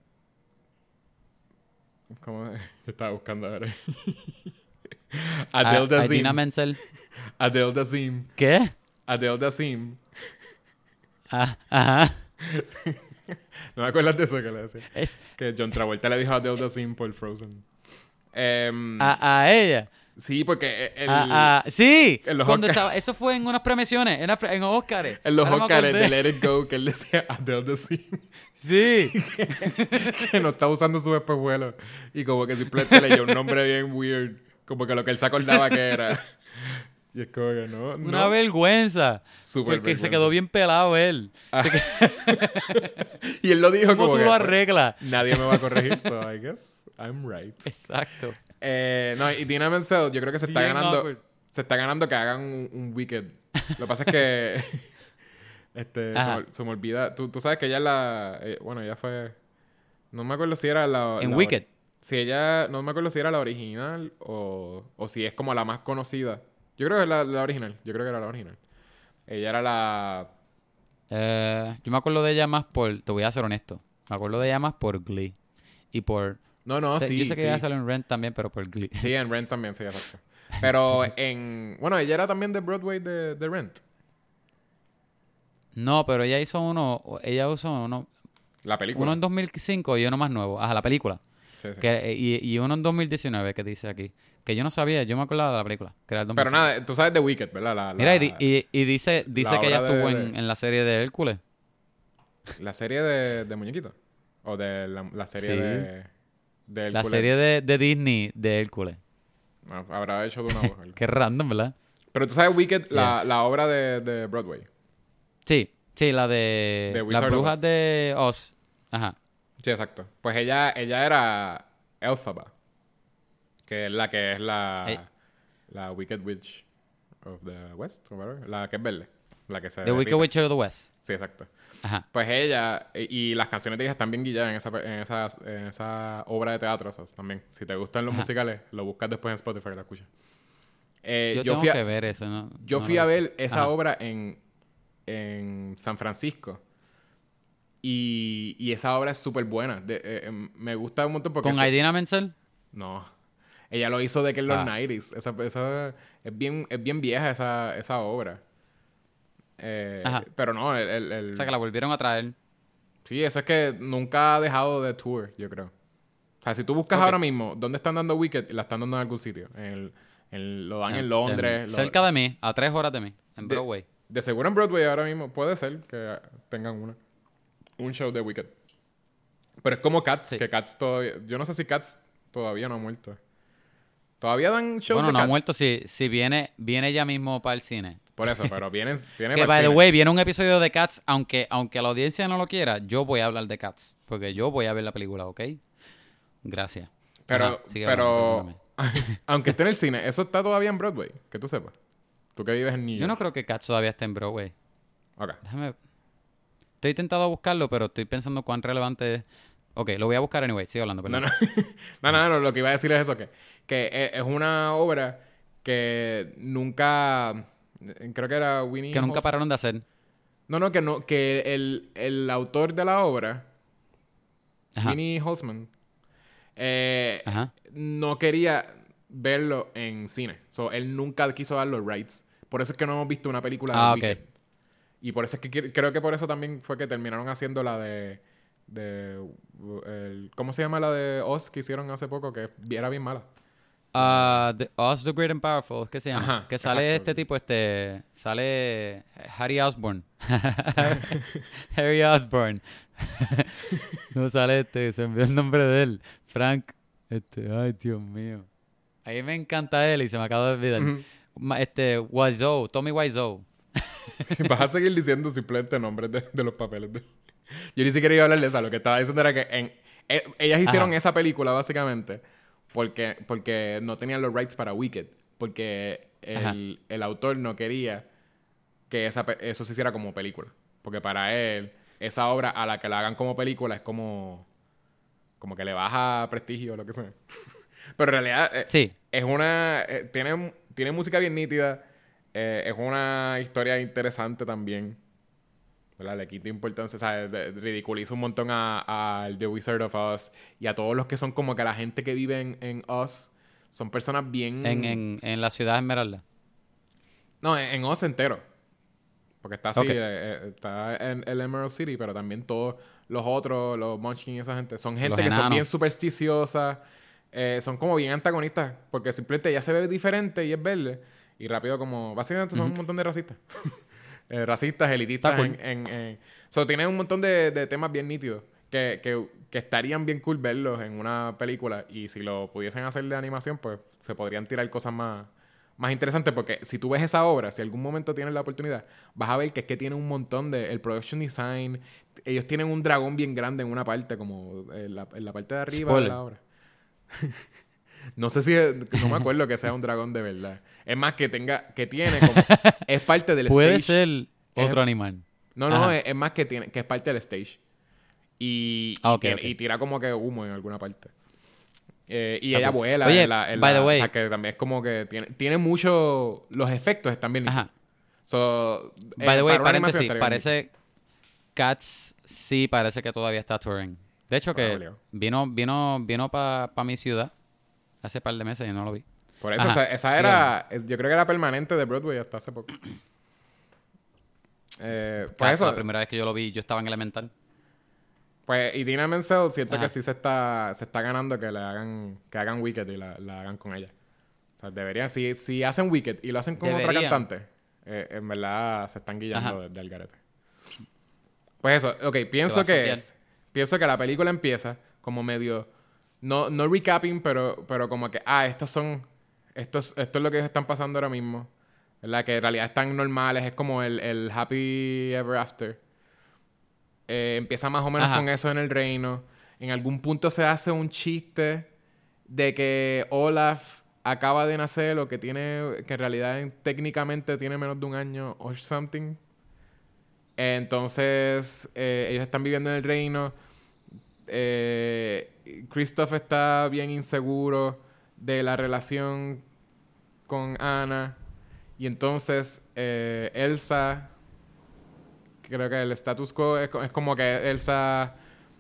¿Cómo? Yo estaba buscando ahora. Adele A- Dazeem. Idina Menzel, Adele Dazeem. ¿qué? Adele Dazeem. Ah, ajá, ¿No me acuerdas de eso que le decía? es Que John Travolta le dijo a Adele Dazeem por Frozen. Em, a, a ella. sí, porque el, Ah, ah, sí, en los cuando Oscar- estaba, eso fue en unas premiaciones, en, las pre- en Oscars. en los Ahora me Oscars acordé. de Let It Go, que él decía Adele Dazeem. Sí, Que no está usando su espejuelo. Y como que simplemente leyó un nombre bien weird. Como que lo que él se acordaba que era. Y es como que no, no. una vergüenza. Súper Porque se vergüenza. quedó bien pelado él. Ah. Y él lo dijo ¿Cómo como tú que, lo pues, arreglas? nadie me va a corregir, so I guess I'm right. Exacto. Eh, no, y Dina Menzel, yo creo que se está Bien ganando. awkward. Se está ganando que hagan un, un Wicked. Lo que pasa es que. este, se Ajá. me, se me olvida. Tú, tú sabes que ella es la. eh, bueno, ella fue No me acuerdo si era la... En la Wicked. ori- Si ella... No me acuerdo si era la original o, o si es como la más conocida. Yo creo que es la, la original. Yo creo que era la original. Ella era la... Eh, yo me acuerdo de ella más por... Te voy a ser honesto. Me acuerdo de ella más por Glee. Y por... No, no, sé- sí, yo sé que sí. ella salió en Rent también, pero por Glee. Sí, en Rent también, sí, exacto. Pero en... Bueno, ella era también de Broadway de, de Rent. No, pero ella hizo uno... Ella usó uno... La película. Uno en dos mil cinco y uno más nuevo. Ajá, la película. Sí, sí. Que, y, y uno en dos mil diecinueve que dice aquí. Que yo no sabía, yo me acordaba de la película. Que era el Pero dos mil cinco. nada, tú sabes de Wicked, ¿verdad? La, la, Mira, y, di- y, y dice, dice la que ella obra de- estuvo de- en, en la serie de Hércules. la serie de, de muñequitos. O de la, la serie Sí. de... de La Hércules. serie de, de Disney de Hércules. No, habrá hecho de una voz. algo. Qué random, ¿verdad? Pero tú sabes Wicked, la, Yeah. la obra de, de Broadway. Sí, sí, la de... The Las Wizard of brujas Oz. de Oz. Ajá. Sí, exacto. Pues ella, ella era Elphaba. Que es la que es la... Ey. La Wicked Witch of the West, o whatever. La que es verde. La que se The Wicked derrite. Witch of the West. Sí, exacto. Ajá. Pues ella, y, y las canciones de ella están bien guilladas en esa, en esa, en esa obra de teatro, o sea, también. Si te gustan los Ajá. musicales, lo buscas después en Spotify y la escuchas. Eh, Yo, yo tengo fui a, que ver eso, ¿no? yo no fui lo a he ver visto. esa Ajá. obra en, en San Francisco. Y, y esa obra es súper buena. De- eh, em, me gusta un montón porque... ¿Con esto- Idina Menzel? No. Ella lo hizo de que en los Ah. nineties. Esa, esa, es, bien, es bien vieja esa, esa obra. Eh, Ajá. pero no, el, el- el- O sea, que la volvieron a traer. Sí, eso es que nunca ha dejado de tour, yo creo. O sea, si tú buscas Ok. ahora mismo dónde están dando Wicked, la están dando en algún sitio. En el- en- lo dan en Londres. En- lo- cerca de mí, a tres horas de mí, en De- Broadway. De seguro en Broadway ahora mismo puede ser que tengan una. Un show de Wicked. Pero es como Cats, Sí. que Cats todavía... Yo no sé si Cats todavía no ha muerto. ¿Todavía dan shows Bueno, de no ha Cats? muerto si, si viene, viene ya mismo para el cine. Por eso, pero vienen, viene Que, para by el the cine. way, viene un episodio de Cats, aunque, aunque la audiencia no lo quiera, yo voy a hablar de Cats. Porque yo voy a ver la película, ¿ok? Gracias. Pero, Ajá, sigue pero hablando, perdóname. aunque esté en el cine, eso está todavía en Broadway, que tú sepas. Tú que vives en New York. Yo no creo que Cats todavía esté en Broadway. Ok. Déjame... Estoy tentado a buscarlo, pero estoy pensando cuán relevante es. Ok, lo voy a buscar anyway. Sigue hablando, No, perdón. no. no, no, no, lo que iba a decir es eso, que, que e- es una obra que nunca... Creo que era Winnie... Que nunca Holmes. pararon de hacer. No, no, que no, que el, el autor de la obra, Ajá. Winnie Holzman, eh, Ajá. no quería verlo en cine. So, él nunca quiso dar los rights. Por eso es que no hemos visto una película de Ah, ok. Wicked. Y por eso es que quiero- creo que por eso también fue que terminaron haciendo la de... de el- ¿Cómo se llama la de Oz que hicieron hace poco? Que era bien mala. Ah, the, Oz the Great and Powerful, ¿qué se llama? Ajá, que sale exacto. este tipo, este... Sale Harry Osborn. Harry Osborn. No sale este, se envió el nombre de él. Frank. Este, ay, Dios mío. A mí me encanta él y se me acaba de olvidar. Ujú. Ma- Este, Wiseau, Tommy Wiseau. Vas a seguir diciendo simplemente nombres de, de los papeles. de- Yo ni siquiera iba a hablar de eso. Lo que estaba diciendo era que en, e- ellas hicieron Ajá. esa película básicamente porque, porque no tenían los rights para Wicked. Porque el, el autor no quería que esa, pe- eso se hiciera como película. Porque para él, esa obra a la que la hagan como película es como... Como que le baja prestigio o lo que sea. Pero en realidad... eh, Sí. es una... eh, tiene, tiene música bien nítida. eh, es una historia interesante también. ¿Verdad? Le quita importancia. O sea, de- ridiculiza un montón a, a The Wizard of Oz. Y a todos los que son como que la gente que vive en, en Oz. Son personas bien... En, en, en la ciudad de Esmeralda. No, en, en Oz entero. Porque está así, Ok. eh, eh, está en el Emerald City, pero también todos los otros, los Munchkin y esa gente, son gente Los que son enanos. bien supersticiosas, eh, son como bien antagonistas, porque simplemente ya se ve diferente y es verde, y rápido como, básicamente son un montón de racistas. Eh, racistas, elitistas, Está cool. en... en, en- So, tienen un montón de, de temas bien nítidos, que, que, que estarían bien cool verlos en una película, y si lo pudiesen hacer de animación, pues se podrían tirar cosas más... Más interesante porque si tú ves esa obra, si algún momento tienes la oportunidad, vas a ver que es que tiene un montón de... El production design... Ellos tienen un dragón bien grande en una parte, como en la, en la parte de arriba Spoiler. de la obra. No sé si... es- No me acuerdo que sea un dragón de verdad. Es más, que tenga... Que tiene como... Es parte del Puede stage. ser otro Es- animal. No, no, Ajá. es, es más que tiene... Que es parte del stage. y, Ah, y, ok, tiene- ok. y tira como que humo en alguna parte. Eh, y Ah, ella cool. vuela Oye, en la, en by la- the way. o sea, que también es como que tiene, tiene mucho... Los efectos están bien nítidos. Ajá. So, By eh, the way, para una animación paréntesis, estaría bien nítido. parece... Cats sí parece que todavía está touring. De hecho Bueno, que obligado. vino vino vino para mi ciudad hace par de meses y no lo vi. Por eso, Ajá, esa, esa sigue era... eh, Yo creo que era permanente de Broadway hasta hace poco. Eh, pues Cats, eso... la primera vez que yo lo vi, yo estaba en elemental. Pues, y Dina Menzel siento Ajá. que sí se está, se está ganando que le hagan, que hagan Wicked y la, la hagan con ella. O sea, deberían, si, si hacen Wicked y lo hacen con otra Deberían. cantante, eh, en verdad se están guiando Ajá. de- del garete. Pues eso, ok, Se va pienso a que sopear. es, pienso que la película empieza como medio, no, no recapping, pero, pero como que, ah, estos son, estos, esto es lo que ellos están pasando ahora mismo, ¿verdad? Que en realidad están normales, es como el, el Happy Ever After. Eh, empieza más o menos Ajá. con eso en el reino. En algún punto se hace un chiste de que Olaf acaba de nacer o que tiene, que en realidad técnicamente tiene menos de un año o something. Entonces, eh, ellos están viviendo en el reino. Eh, Christoph está bien inseguro de la relación con Anna. Y entonces, eh, Elsa, creo que el status quo es, co- es como que Elsa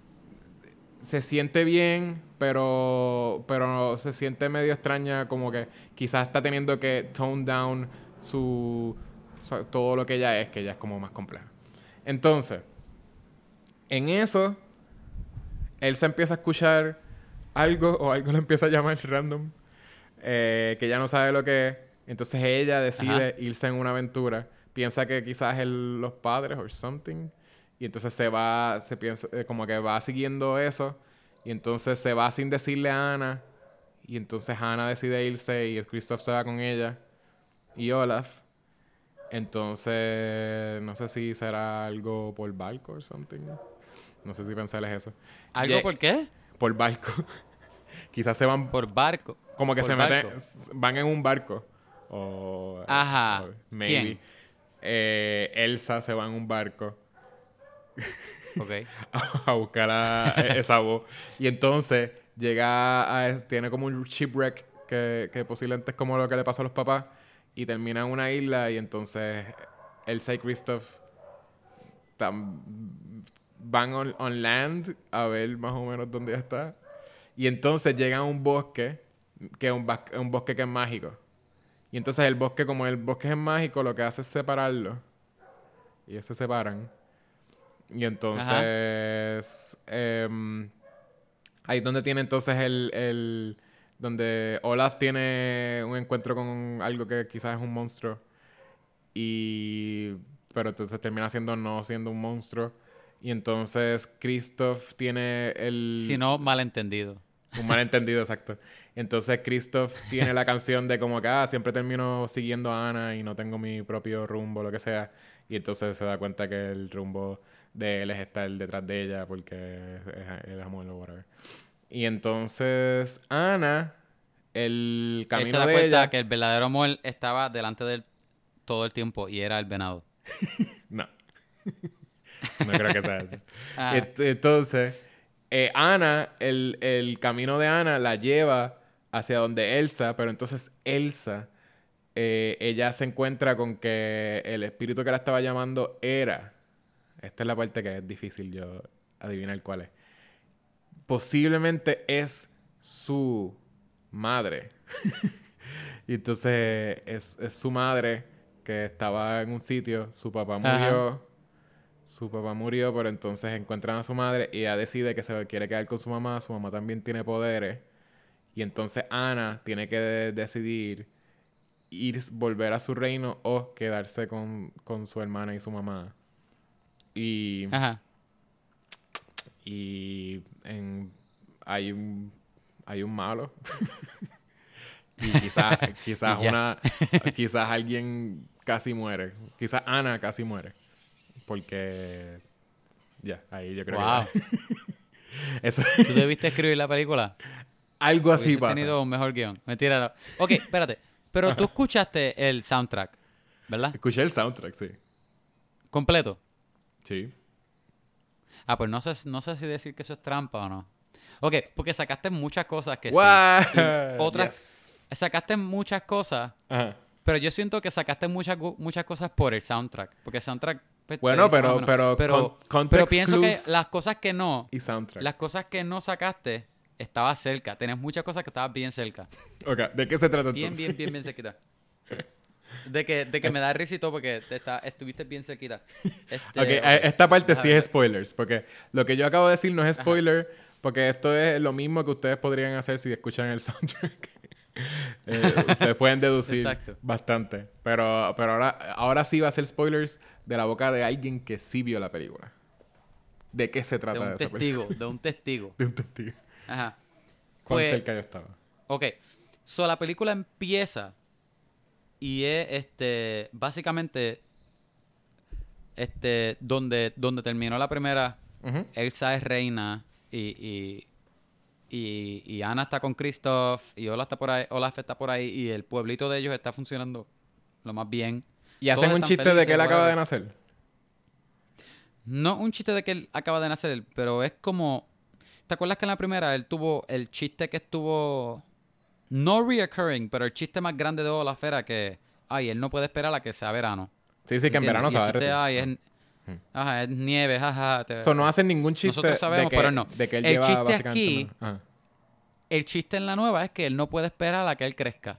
se siente bien, pero, pero se siente medio extraña, como que quizás está teniendo que tone down su, o sea, todo lo que ella es, que ella es como más compleja. Entonces, en eso, él se empieza a escuchar algo o algo le empieza a llamar random, eh, que ya no sabe lo que es. Entonces ella decide Ajá. irse en una aventura. Piensa que quizás es el- los padres o something. Y entonces se va, se piensa, eh, como que va siguiendo eso. Y entonces se va sin decirle a Ana. Y entonces Ana decide irse y Christoph se va con ella. Y Olaf. Entonces, no sé si será algo por barco o something. No sé si pensarles eso. ¿Algo Ye- por qué? por barco. Quizás se van, Por barco. como que Por se meten, barco. van en un barco. O, Ajá. o maybe. ¿Quién? Eh, Elsa se va en un barco Ok. a buscar a esa voz. Y entonces llega a... Tiene como un shipwreck que, que posiblemente es como lo que le pasó a los papás. Y termina en una isla y entonces Elsa y Christoph tam- van on, on land a ver más o menos dónde ella está. Y entonces llegan a un bosque, que es un, bas- un bosque que es mágico. Y entonces el bosque, como el bosque es mágico, lo que hace es separarlo. Y ellos se separan. Y entonces... em, ahí es donde tiene entonces el, el... Donde Olaf tiene un encuentro con algo que quizás es un monstruo. Y... Pero entonces termina siendo no siendo un monstruo. Y entonces Christoph tiene el... Si no, malentendido. Un malentendido, exacto. Entonces Christoph tiene la canción de como que, ah, siempre termino siguiendo a Ana y no tengo mi propio rumbo, lo que sea. Y entonces se da cuenta que el rumbo de él es estar detrás de ella porque es el amor o whatever. Y entonces Ana, el Él se camino da de cuenta ella... que el verdadero amor estaba delante de él todo el tiempo y era el venado. No. No creo que sea eso. Ah, Et- Entonces, eh, Ana, el, el camino de Ana la lleva hacia donde Elsa, pero entonces Elsa, eh, ella se encuentra con que el espíritu que la estaba llamando era, esta es la parte que es difícil yo adivinar cuál es, posiblemente es su madre. Y entonces es, es su madre que estaba en un sitio, su papá murió. Ajá. Su papá murió, pero entonces encuentran a su madre y ella decide que se quiere quedar con su mamá. Su mamá también tiene poderes. Y entonces Ana tiene que de- decidir ir, volver a su reino o quedarse con, con su hermana y su mamá. Y, Ajá. y en, hay un hay un malo. Y quizás quizás Y ya. una quizás alguien casi muere. Quizás Ana casi muere. Porque ya, ahí yo creo Wow. que eso ¿Tú debiste escribir la película? algo así Hubieses pasa. tenido un mejor guión. Mentira, no. Ok, espérate. Pero tú escuchaste el soundtrack, ¿verdad? Escuché el soundtrack, sí. Completo. Sí. Ah, pues no sé, no sé si decir que eso es trampa o no. Ok, porque sacaste muchas cosas que What? sí. Y otras... Yes. Sacaste muchas cosas, Ajá. pero yo siento que sacaste muchas gu- muchas cosas por el soundtrack. Porque el soundtrack... pues, te Bueno, dice más o pero, menos. pero, Pero, con- context pero pienso que clues las cosas que no... y soundtrack. Las cosas que no sacaste, estabas cerca. Tenías muchas cosas que estabas bien cerca. Ok, ¿de qué se trata Bien, entonces? bien, bien, bien cerquita. De que, de que me da risito porque te está, estuviste bien cerquita. Este, Ok, ok. a- esta parte sí Déjame es spoilers, porque lo que yo acabo de decir no es spoiler, porque esto es lo mismo que ustedes podrían hacer si escuchan el soundtrack. Eh, ustedes pueden deducir Exacto. bastante, pero, pero ahora, ahora sí va a ser spoilers de la boca de alguien que sí vio la película. ¿De qué se De trata de, un esa testigo, película? de un testigo. De un testigo. Ajá. ¿Cuán Pues, cerca yo estaba? ok. So, la película empieza y es, este, básicamente, este, donde, donde terminó la primera, Ujú. Elsa es reina y, y, y, y Anna está con Kristoff y Olaf está por ahí, Olaf está por ahí y el pueblito de ellos está funcionando lo más bien. Y hacen Todos un están chiste de felices, que él acaba de whatever. nacer. No un chiste de que él acaba de nacer, pero es como... ¿Te acuerdas que en la primera él tuvo el chiste que estuvo... No reoccurring, pero el chiste más grande de Olaf era que... Ay, él no puede esperar a que sea verano. Sí, sí, que en ¿Entiendes? verano Y se el va a chiste, derretir. ay, es... Ajá, es nieve, jaja. te- Eso no hacen ningún chiste Nosotros de sabemos, que, pero no. de que él El lleva chiste básicamente... aquí- Ajá. El chiste en la nueva es que él no puede esperar a que él crezca.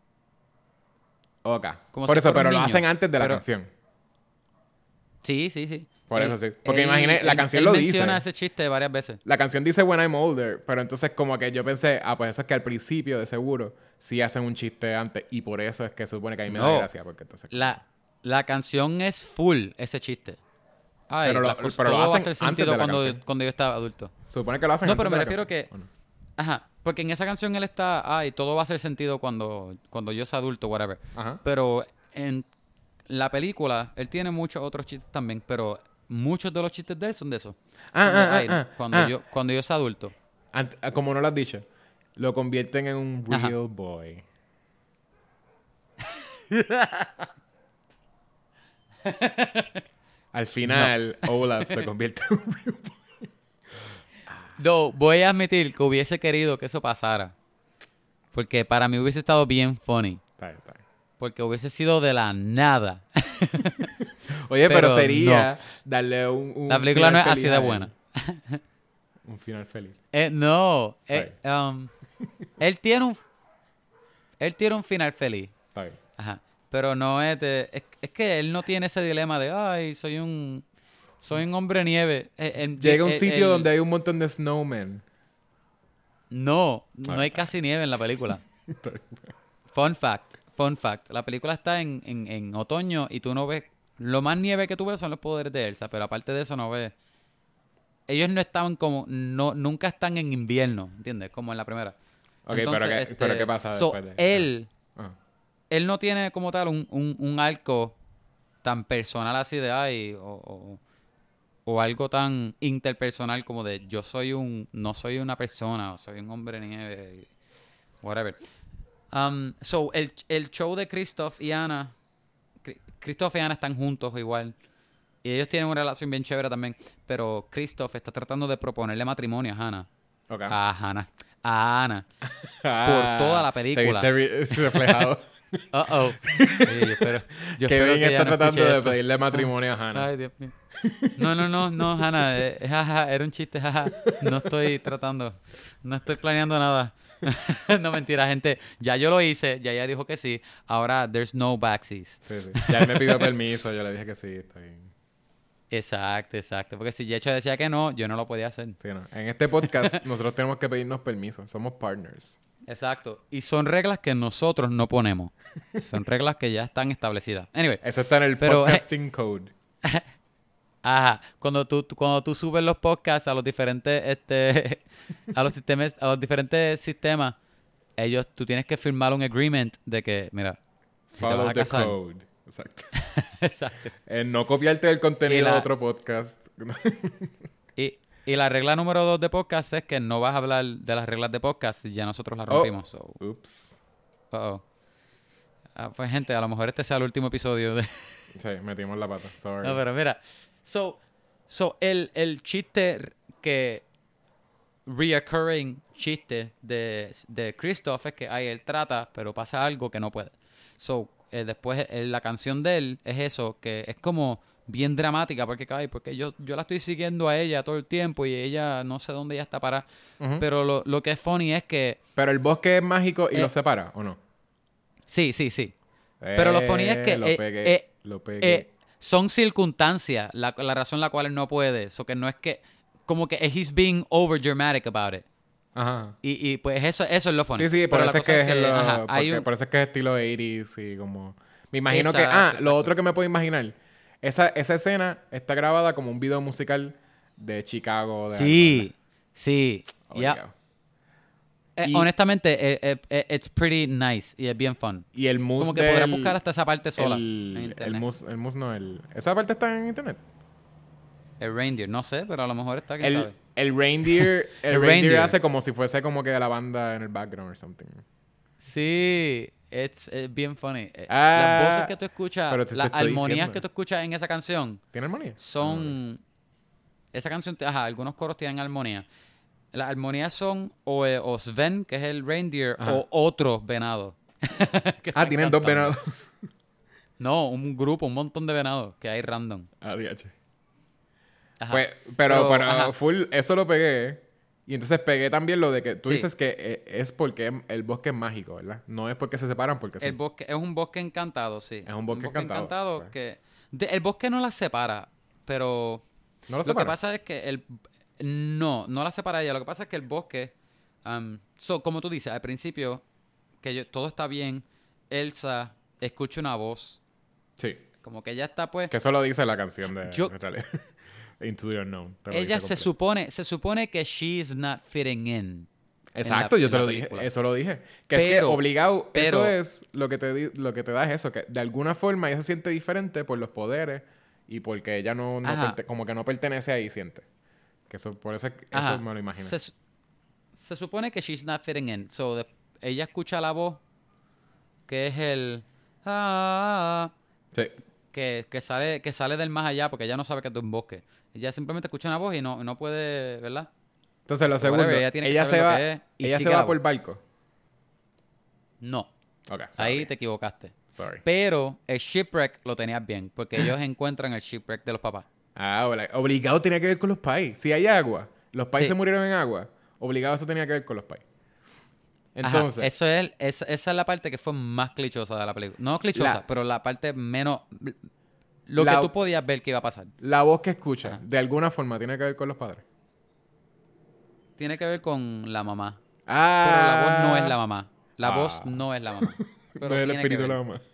Ok. Como Por si eso, fuera un pero lo niño. hacen antes de la Pero- canción. Sí, sí, sí. Por Él- eso sí. Porque él- imaginé, la él- canción él lo menciona dice. ese chiste varias veces. La canción dice When I'm Older, pero entonces como que yo pensé, ah, pues eso es que al principio, de seguro, sí hacen un chiste antes y por eso es que se supone que a mí me da No. gracia, porque entonces... La, la canción es full ese chiste. Ay, Pero lo- la cosa- pero lo todo va a hacen hacer antes sentido de la cuando, canción. cuando yo estaba adulto. Se supone que lo hacen No, antes pero me de la refiero canción, que... ¿o no? Ajá, porque en esa canción él está... Ay, todo va a hacer sentido cuando, cuando yo sea adulto, whatever. Ajá. Pero en la película, él tiene muchos otros chistes también, pero muchos de los chistes de él son de eso. Ah, Son de, ah, "Ay, ah, ah, cuando, ah. yo, cuando yo sea adulto. Ant- ah, como no lo has dicho, lo convierten en un Ajá. real boy. Al final, Olaf se convierte en un real boy. No, voy a admitir que hubiese querido que eso pasara. Porque para mí hubiese estado bien funny. Está bien, está bien. Porque hubiese sido de la nada. Oye, pero, Pero sería darle un, un La película no final es así feliz de a él. buena. Un final feliz. Eh, no. eh, um, él tiene un... Él tiene un final feliz. Está bien. Ajá. Pero no es de... Es, es que él no tiene ese dilema de... Ay, soy un... Soy un hombre nieve. Eh, el- Llega a un el- sitio el- donde hay un montón de snowmen. No, no Ah, hay casi nieve en la película. Fun fact, fun fact. La película está en, en, en otoño y tú no ves... Lo más nieve que tú ves son los poderes de Elsa, pero aparte de eso no ves... Ellos no estaban como... no Nunca están en invierno, ¿entiendes? Como en la primera. Ok, Entonces, pero, ¿qué, este, pero ¿qué pasa so, después de él, Ah. él no tiene como tal un, un, un arco tan personal así de ay, o, o, o algo tan interpersonal como de yo soy un, no soy una persona, o soy un hombre nieve, whatever. Um, so, el, el show de Kristoff y Anna, Cri- Kristoff y Anna están juntos igual. Y ellos tienen una relación bien chévere también. Pero Kristoff está tratando de proponerle matrimonio a Hannah. Ok. A Hannah. A Anna. Ah, toda la película. Te viste re- reflejado. Uh oh. Oye, yo espero, yo espero Kevin que ella está no tratando escuche de esto. pedirle matrimonio a Hannah. Ay, Dios mío. No, no, no, no, Hannah. eh, jaja, era un chiste, jaja. No estoy tratando. No estoy planeando nada. No, mentira, gente. Ya yo lo hice. Ya ella dijo que sí. Ahora, there's no backsies. Sí, sí. Ya él me pidió permiso. Yo le dije que sí, está bien. Exacto, exacto. Porque si Yecho decía que no, yo no lo podía hacer. Sí, no. En este podcast nosotros tenemos que pedirnos permiso. Somos partners. Exacto. Y son reglas que nosotros no ponemos. Son reglas que ya están establecidas. Anyway. Eso está en el Pero, podcasting code. Ajá, cuando tú, tú- cuando tú subes los podcasts a los diferentes, este, a los sistemas, a los diferentes sistemas, ellos, tú tienes que firmar un agreement de que, mira, si te Follow vas a the casar. code. Exacto. Exacto. Eh, no copiarte el contenido Y la- de otro podcast. Y, y la regla número dos de podcast es que no vas a hablar de las reglas de podcast, ya nosotros las Oh. rompimos. So, Ups. uh-oh. Ah, pues gente, a lo mejor este sea el último episodio de... Sí, metimos la pata. Sorry. No, pero mira. So, So, el, el chiste que... reoccurring chiste de, de Christoph es que ay, él trata, pero pasa algo que no puede. So, eh, después eh, la canción de él es eso, que es como bien dramática, porque, ay, porque yo, yo la estoy siguiendo a ella todo el tiempo y ella no sé dónde ella está parada. Ujú. Pero lo, lo que es funny es que... Pero el bosque es mágico y Eh, lo separa, ¿o no? Sí, sí, sí. Pero lo funny es que... Eh, lo eh, pegué, eh, lo pegué. eh, son circunstancias la, la razón la cual él no puede. So que no es que... Como que he's being over dramatic about it. Ajá. Y, y pues eso, eso es lo funny. Sí, sí, por Pero eso la es que cosa es, que, lo- ajá, hay porque- un- por eso es que es estilo ochenta y como... Me imagino que... Exacto, Ah, lo exacto. otro que me puedo imaginar. Esa, esa escena está grabada como un video musical de Chicago. De Sí, sí. algo, Ya. ¿verdad? Eh, Y- honestamente, eh, eh, eh, it's pretty nice y es bien fun. Y el mus Como que del- podrás buscar hasta esa parte sola en El, el internet. mus, el mus no, el... Esa parte está en internet. El reindeer, no sé, pero a lo mejor está, quién El, sabe. el reindeer... El, El reindeer, reindeer. hace como si fuese como que la banda en el background or something. Sí, it's, es bien funny. Eh, Ah, las voces que tú escuchas, pero te- te las estoy armonías diciendo. que tú escuchas en esa canción ¿Tiene armonía? son... Esa canción, te- ajá, algunos coros tienen armonía. Las armonías son o, eh, o Sven, que es el reindeer, Ajá. o otro venado. que Ah, están tienen dos cantando. venados. No, un grupo, un montón de venados que hay random. Ah, D H. Ajá. Pues, pero, pero, ajá. full, eso lo pegué. Y entonces pegué también lo de que tú Sí. dices que eh, es porque el bosque es mágico, ¿verdad? No es porque se separan, porque sí. El bosque es un bosque encantado, sí. Es un bosque encantado, pues. que de- el bosque no la separa, pero ¿No lo lo separan? que pasa es que el no, no la separa ella. Lo que pasa es que el bosque, um, so, como tú dices, al principio que yo- todo está bien, Elsa escucha una voz, Sí. como que ella está pues Que eso lo dice la canción de Yo- en realidad. Into the Unknown. te lo ella dice se completo. supone se supone que she's not fitting in. Exacto, en la- yo en te la lo dije. película. Eso lo dije. Que es que Pero- obligado, pero- eso es lo que, te di- lo que te da es eso, que de alguna forma ella se siente diferente por los poderes y porque ella no, no Ajá. perte- como que no pertenece ahí, siente. Que eso, por eso, es que- Ajá. eso me lo imagino. Se, su- se supone que she's not fitting in. So, de- ella escucha la voz que es el ah, Sí. que, que sale que sale del más allá porque ella no sabe que es de un bosque. Ella simplemente escucha una voz y no, no puede, ¿verdad? Entonces, lo Whatever, segundo, ella ella, tiene que se saber lo va, que es y ella se sigue va la por voz. barco. No. Ok, sorry. Ahí te equivocaste. Sorry. Pero el shipwreck lo tenías bien porque ellos encuentran el shipwreck de los papás. Ah, obli- obligado tenía que ver con los pais. Si hay agua, los pais Sí. se murieron en agua, obligado eso tenía que ver con los pais. Ajá, Entonces, eso es, es- esa es la parte que fue más clichosa de la película. No clichosa, La- pero la parte menos... Lo La- que tú podías ver que iba a pasar. la voz que escucha, Ajá. de alguna forma, tiene que ver con los padres. Tiene que ver con la mamá. Ah. Pero la voz no es la mamá. La Ah. voz no es la mamá. Pero No es el tiene que espíritu de la ver. mamá.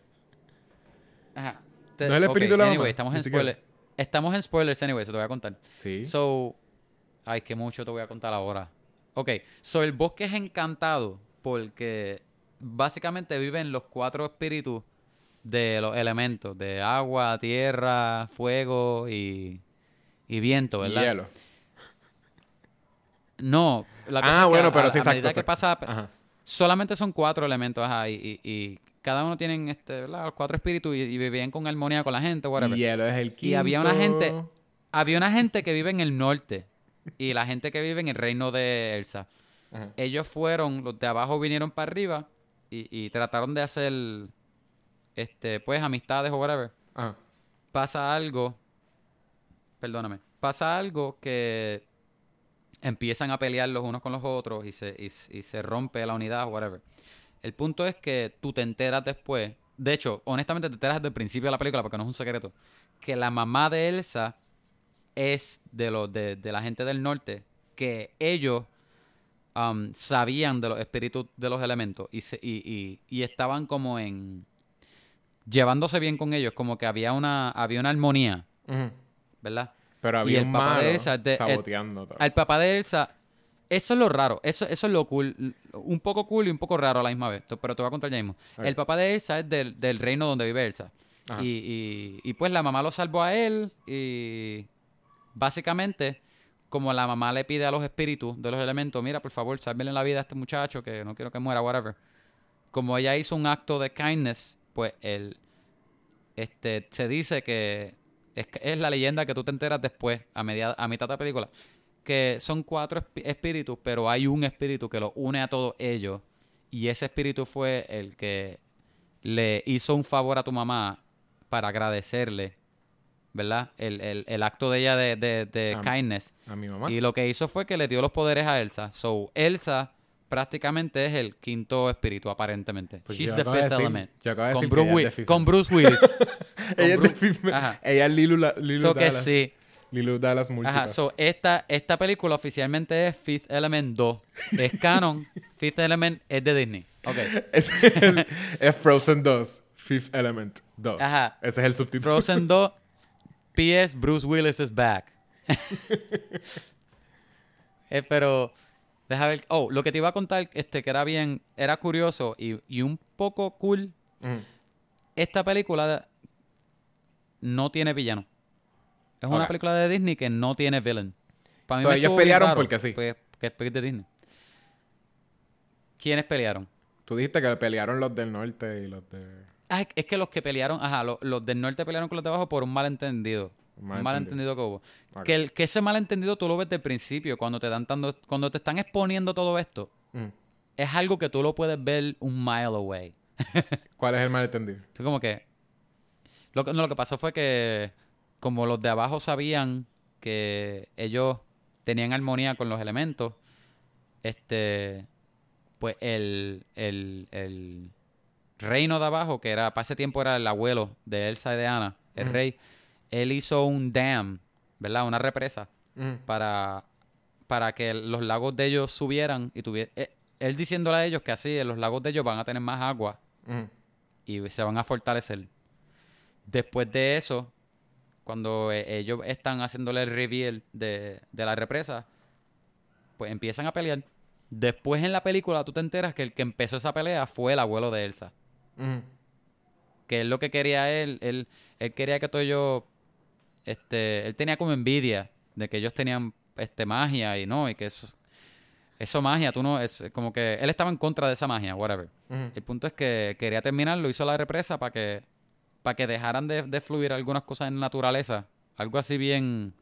Ajá. No es el espíritu de la anyway, mamá, Estamos ni en siquiera. spoilers. Estamos en spoilers anyway, se te voy a contar. Sí. So, ay, que mucho te voy a contar ahora. Ok, so el bosque es encantado porque básicamente viven los cuatro espíritus de los elementos, de agua, tierra, fuego y, y viento, ¿verdad? Hielo. No, la cosa Ah, es que bueno, a- pero a- sí, a exacto. medida que exacto. pasa, Ajá. solamente son cuatro elementos, ajá, y, y- y cada uno tienen este, ¿verdad? Los cuatro espíritus y, y vivían con armonía con la gente, whatever. Hielo es el quinto. Y había una gente, había una gente que vive en el norte y la gente que vive en el reino de Elsa. Ajá. Ellos fueron, los de abajo vinieron para arriba y, y trataron de hacer, este, pues, amistades o whatever. Ajá. Pasa algo, perdóname, pasa algo que empiezan a pelear los unos con los otros y se, y, y se rompe la unidad o whatever. El punto es que tú te enteras después, de hecho, honestamente te enteras desde el principio de la película porque no es un secreto, que la mamá de Elsa es de los de, de la gente del norte, que ellos um, sabían de los espíritus de los elementos y, se, y, y, y estaban como en llevándose bien con ellos, como que había una había una armonía, Ujú. ¿verdad? Pero Y había el un papá de malo Elsa es de- saboteando todo. Al papá de Elsa, eso es lo raro, eso, eso es lo cool, un poco cool y un poco raro a la misma vez, to- pero te voy a contar ya mismo. Ok. El papá de Elsa es del, del reino donde vive Elsa. Ajá. Y, y, y pues la mamá lo salvó a él y básicamente, como la mamá le pide a los espíritus de los elementos, mira, por favor, sálvenle la vida a este muchacho que no quiero que muera, whatever. Como ella hizo un acto de kindness, pues él, este, se dice que Es, que- es la leyenda que tú te enteras después, a, media, a mitad de la película, que son cuatro espi- espíritus, pero hay un espíritu que los une a todos ellos. Y ese espíritu fue el que le hizo un favor a tu mamá para agradecerle, ¿verdad? El, el, el acto de ella de, de, de A, kindness. a mi mamá. Y lo que hizo fue que le dio los poderes a Elsa. So, Elsa prácticamente es el quinto espíritu, aparentemente. Pues She's yo the acabo de fifth decir- element. yo acabo de Con decir que Bruce, ella es Wi- de Fifth con Element. Bruce Willis. Con Ella es de Bruce- Fifth Element. Ajá. Ella es Lilu, la- Lilu So que Dallas. sí. Lilu Dallas Ajá, Multipass. so esta, esta película oficialmente es Fifth Element dos. Es canon. Fifth Element es de Disney. Ok. es, el- es Frozen dos. Fifth Element dos. Ajá. Ese es el subtítulo. Frozen dos. P S. Bruce Willis is back. Eh, pero, deja ver. Oh, lo que te iba a contar, este, que era bien, era curioso y, y un poco cool. Ujú. Esta película no tiene villano. Es una Ok. película de Disney que no tiene villain. Para So, me ellos estuvo bien pelearon raro, porque sí. pues, que es de Disney. ¿Quiénes pelearon? Tú dijiste que pelearon los del norte y los de... Ah, es- es que los que pelearon, ajá, los, los del norte pelearon con los de abajo por un malentendido. Un Un malentendido. malentendido que hubo. Ok. Que, el, que ese malentendido tú lo ves del principio, cuando te dan dando, cuando te están exponiendo todo esto, Ujú. es algo que tú lo puedes ver un mile away. ¿Cuál es el malentendido? Tú como que... Lo que, no, lo que pasó fue que como los de abajo sabían que ellos tenían armonía con los elementos, este... Pues el, el, el reino de abajo, que era para ese tiempo era el abuelo de Elsa y de Anna, el Ujú. rey, él hizo un dam, ¿verdad? Una represa Ujú. para, para que los lagos de ellos subieran y tuviera... eh, Él diciéndole a ellos que así en los lagos de ellos van a tener más agua Ujú. y se van a fortalecer. Después de eso, cuando eh, ellos están haciéndole el reveal de, de la represa, pues empiezan a pelear. Después en la película tú te enteras que el que empezó esa pelea fue el abuelo de Elsa. Ujú. Que él lo que quería él, él, él quería que todos ellos, este, él tenía como envidia de que ellos tenían este magia y no, y que eso, eso magia, tú no, es como que él estaba en contra de esa magia, whatever. Ujú. El punto es que quería terminarlo, hizo la represa para que, para que dejaran de, de fluir algunas cosas en la naturaleza. Algo así bien...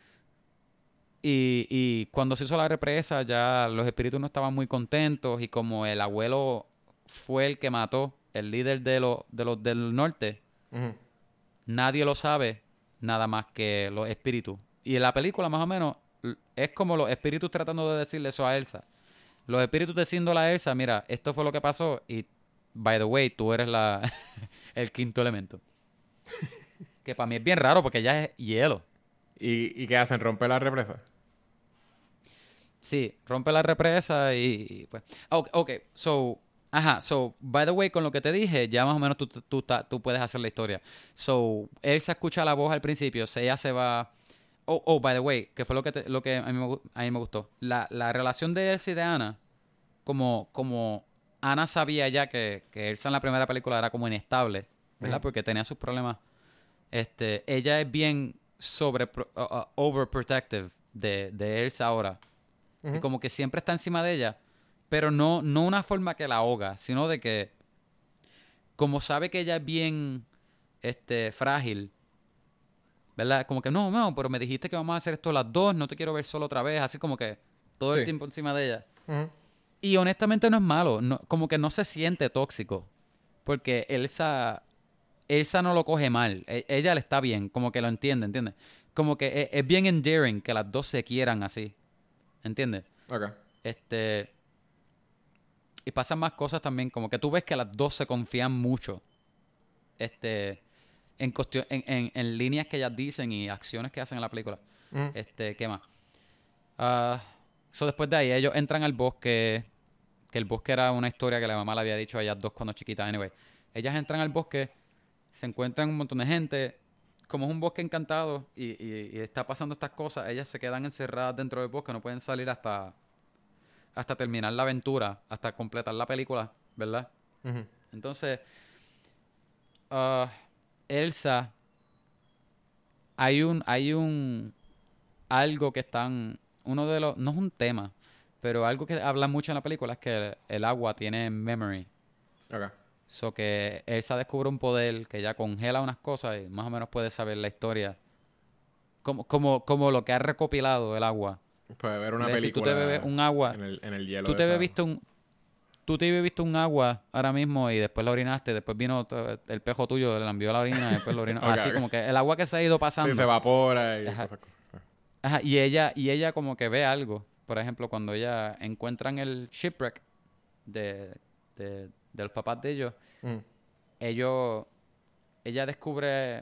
Y, y cuando se hizo la represa ya los espíritus no estaban muy contentos y como el abuelo fue el que mató, el líder de, los de los del norte, Ujú. nadie lo sabe nada más que los espíritus. Y en la película más o menos l- es como los espíritus tratando de decirle eso a Elsa. Los espíritus diciéndole a Elsa, mira, esto fue lo que pasó y, by the way, tú eres la el quinto elemento. Que para mí es bien raro porque ella es hielo. ¿Y, ¿Y qué hacen? ¿Romper la represa? Sí, rompe la represa y, y, pues... Ok, ok, so... Ajá, so, by the way, con lo que te dije, ya más o menos tú, tú, tú ta- tú puedes hacer la historia. So, Elsa escucha la voz al principio, se- ella se va... Oh, oh, by the way, que fue lo que, te- lo que a, mí me, gu- a mí me gustó. La, la relación de Elsa y de Anna, como, como Anna sabía ya que, que Elsa en la primera película era como inestable, ¿verdad? Ujú. Porque tenía sus problemas. Este, ella es bien sobre... uh, uh, overprotective de, de Elsa ahora. Y Ujú. como que siempre está encima de ella, pero no, no una forma que la ahoga, sino de que, como sabe que ella es bien este, frágil, ¿verdad? Como que no, no, pero me dijiste que vamos a hacer esto las dos, no te quiero ver solo otra vez, así como que todo el Sí. tiempo encima de ella. Ujú. Y honestamente no es malo, no- como que no se siente tóxico, porque Elsa, Elsa no lo coge mal, e- ella le está bien, como que lo entiende, ¿entiendes? Como que es, es bien endearing que las dos se quieran así, ¿entiendes? Ok. Este. Y pasan más cosas también, como que tú ves que las dos se confían mucho. Este. En, cuestión, en, en, en líneas que ellas dicen y acciones que hacen en la película. Ujú. Este, ¿qué más? Ah, so después de ahí, ellos entran al bosque. Que el bosque era una historia que la mamá le había dicho a ellas dos cuando chiquitas. Anyway, ellas entran al bosque, se encuentran un montón de gente. Como es un bosque encantado y, y, y está pasando estas cosas, ellas se quedan encerradas dentro del bosque, no pueden salir hasta, hasta terminar la aventura, hasta completar la película, ¿verdad? Ujú. Entonces, ah, Elsa, hay un, hay un, algo que están, uno de los, no es un tema, pero algo que habla mucho en la película es que el, el agua tiene memory. Ok. So que Elsa descubre un poder que ella congela unas cosas y más o menos puede saber la historia. Como, como, como lo que ha recopilado el agua. Puede ver una Es decir, tú te película bebes un agua. en el, en el hielo Tú de te esa- bebiste un, tú te bebiste un agua ahora mismo y después la orinaste. Después vino to- el pejo tuyo, le envió la orina y después la orinó. Ok, Así ok. como que el agua que se ha ido Sí, pasando. se evapora y Ajá. todas esas cosas. Ajá, y ella, y ella como que ve algo. Por ejemplo, cuando ella encuentran el shipwreck de, de, de los papás de ellos, Mm. ellos, ella descubre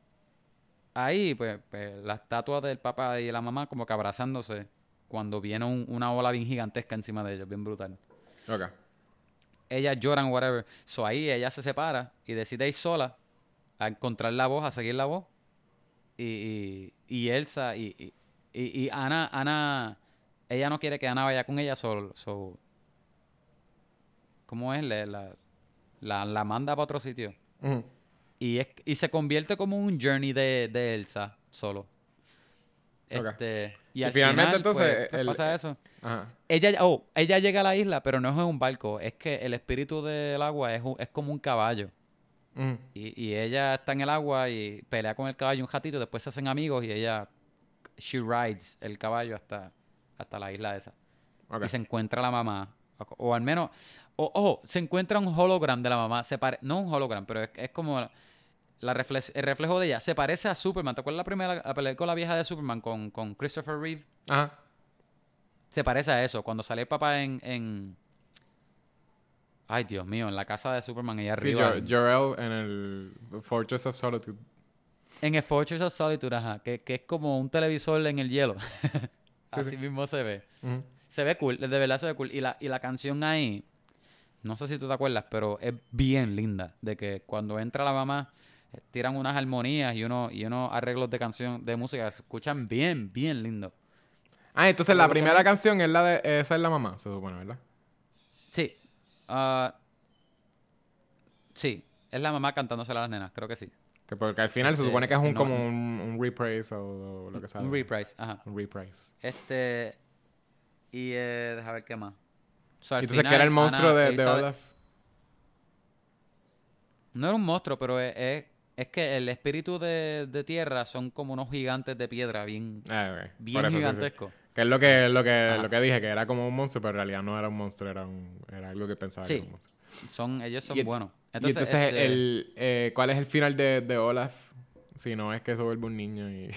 ahí, pues, pues, la estatua del papá y la mamá como que abrazándose cuando viene un- una ola bien gigantesca encima de ellos, bien brutal. Ok. Ellas lloran, whatever. So ahí ella se separa y decide ir sola a encontrar la voz, a seguir la voz. Y, y, y Elsa y, y, y, y Ana, Ana, ella no quiere que Ana vaya con ella, so, so ¿cómo es? Le- la, la, la manda para otro sitio. Ujú. Y, es, y se convierte como un journey de, de Elsa solo. Ok. Este, y Y al finalmente, final, entonces, pues, pues, el- pasa eso. Ajá. Ella, oh, ella llega a la isla, pero no es en un barco. Es que el espíritu del agua es, un- es como un caballo. Ujú. Y, y ella está en el agua y pelea con el caballo un ratito. Después se hacen amigos y ella, she rides el caballo hasta, hasta la isla esa. Ok. Y se encuentra la mamá. O, o al menos, o- ojo, se encuentra un hologram de la mamá. Se pare- no un hologram, pero es, es como la reflex- el reflejo de ella. Se parece a Superman. ¿Te acuerdas la primera la película vieja de Superman con, con Christopher Reeve? Ajá. Se parece a eso. Cuando sale el papá en, en... Ay, Dios mío, en la casa de Superman allá Sí, arriba. Jo- en, Jor-El en el Fortress of Solitude. en el Fortress of Solitude, ajá. Que, que es como un televisor en el hielo. Sí, Así sí. mismo se ve. Ujú. Se ve cool, de verdad se ve cool. Y la, y la canción ahí, no sé si tú te acuerdas, pero es bien linda. De que cuando entra la mamá, eh, tiran unas armonías y, uno, y unos arreglos de canción, de música, se escuchan bien, bien lindo. Ah, entonces Pero la lo que primera me- canción es la de... Esa es la mamá, se supone, ¿verdad? Sí. Ah, sí, es la mamá cantándosela a las nenas, creo que sí. Que porque al final se Este, supone que es un no- como un, un reprise o, lo que sea. Un reprise, ajá. Un reprise. Este, y eh, deja ver qué más. So, al Y entonces, final, ¿qué era el monstruo Ana- de, de Elsa- Olaf? No era un monstruo, pero es, es, es que el espíritu de, de tierra son como unos gigantes de piedra, bien, Ah, ok. bien Por eso, sí, sí. gigantescos. Que es lo que, lo, que, Ajá. lo que dije, que era como un monstruo, pero en realidad no era un monstruo, era, un, era algo que pensaba que Sí, era un monstruo. son, ellos son Y ent- buenos. y Entonces, entonces, este, el, eh, ¿cuál es el final de, de Olaf? Si no es que se vuelve un niño y...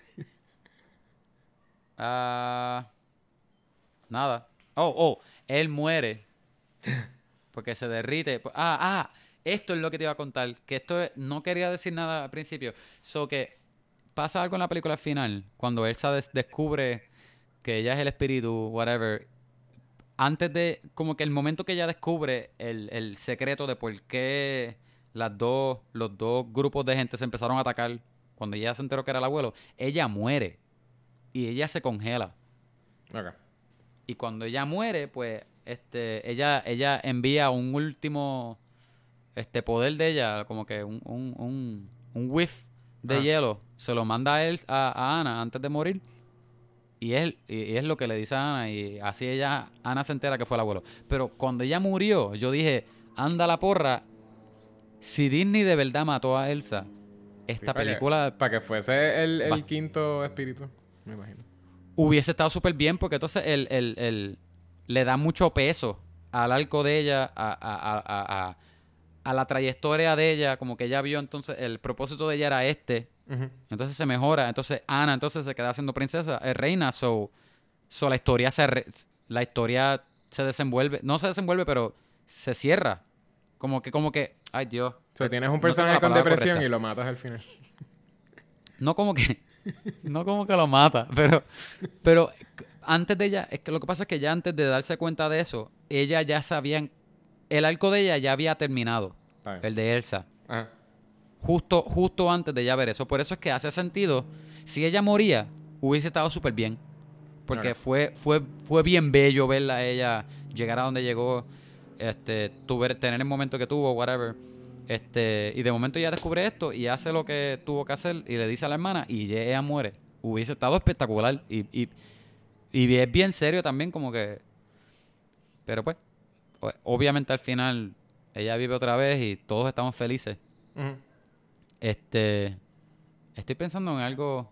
ah, nada. Oh, oh, él muere porque se derrite. Ah, ah, esto es lo que te iba a contar. Que esto es- no quería decir nada al principio. So que pasa algo en la película al final, cuando Elsa des- descubre que ella es el espíritu, whatever. Antes de, como que el momento que ella descubre el, el secreto de por qué las dos, los dos grupos de gente se empezaron a atacar, cuando ella se enteró que era el abuelo, ella muere y ella se congela. Ok. Y cuando ella muere, pues, este, ella, ella envía un último, este, poder de ella, como que un, un, un, un whiff de Ah. hielo, se lo manda a él, a, a Ana antes de morir. Y él, y, y es lo que le dice a Ana, y así ella, Ana se entera que fue el abuelo. Pero cuando ella murió, yo dije, anda la porra, si Disney de verdad mató a Elsa, esta película Para que fuese el, el Va. quinto espíritu, me imagino. hubiese estado súper bien, porque entonces el, el, el- le da mucho peso al arco de ella, a, a, a, a, a- a la trayectoria de ella, como que ella vio entonces, el propósito de ella era este, Ujú. entonces se mejora, entonces Ana entonces se queda siendo princesa, es reina, so, so la historia se re- la historia se desenvuelve, no se desenvuelve, pero se cierra. Como que, como que, ay Dios. O sea, tienes un No tengo personaje la con palabra depresión correcta. y lo matas al final. No como que, no como que lo mata, pero, pero antes de ella, es que lo que pasa es que ya antes de darse cuenta de eso, ella ya sabía, el arco de ella ya había terminado, Está bien. el de Elsa, Ajá. justo, justo antes de ya ver eso. Por eso es que hace sentido, si ella moría, hubiese estado súper bien, porque Ok. fue, fue, fue bien bello verla a ella llegar a donde llegó, este, tuver- tener el momento que tuvo, whatever. Este, y de momento ella descubre esto y hace lo que tuvo que hacer y le dice a la hermana y ya ella muere. Hubiese estado espectacular. Y, y, y es bien serio también, como que. Pero pues, o- obviamente al final ella vive otra vez y todos estamos felices. Ujú. Este, estoy pensando en algo...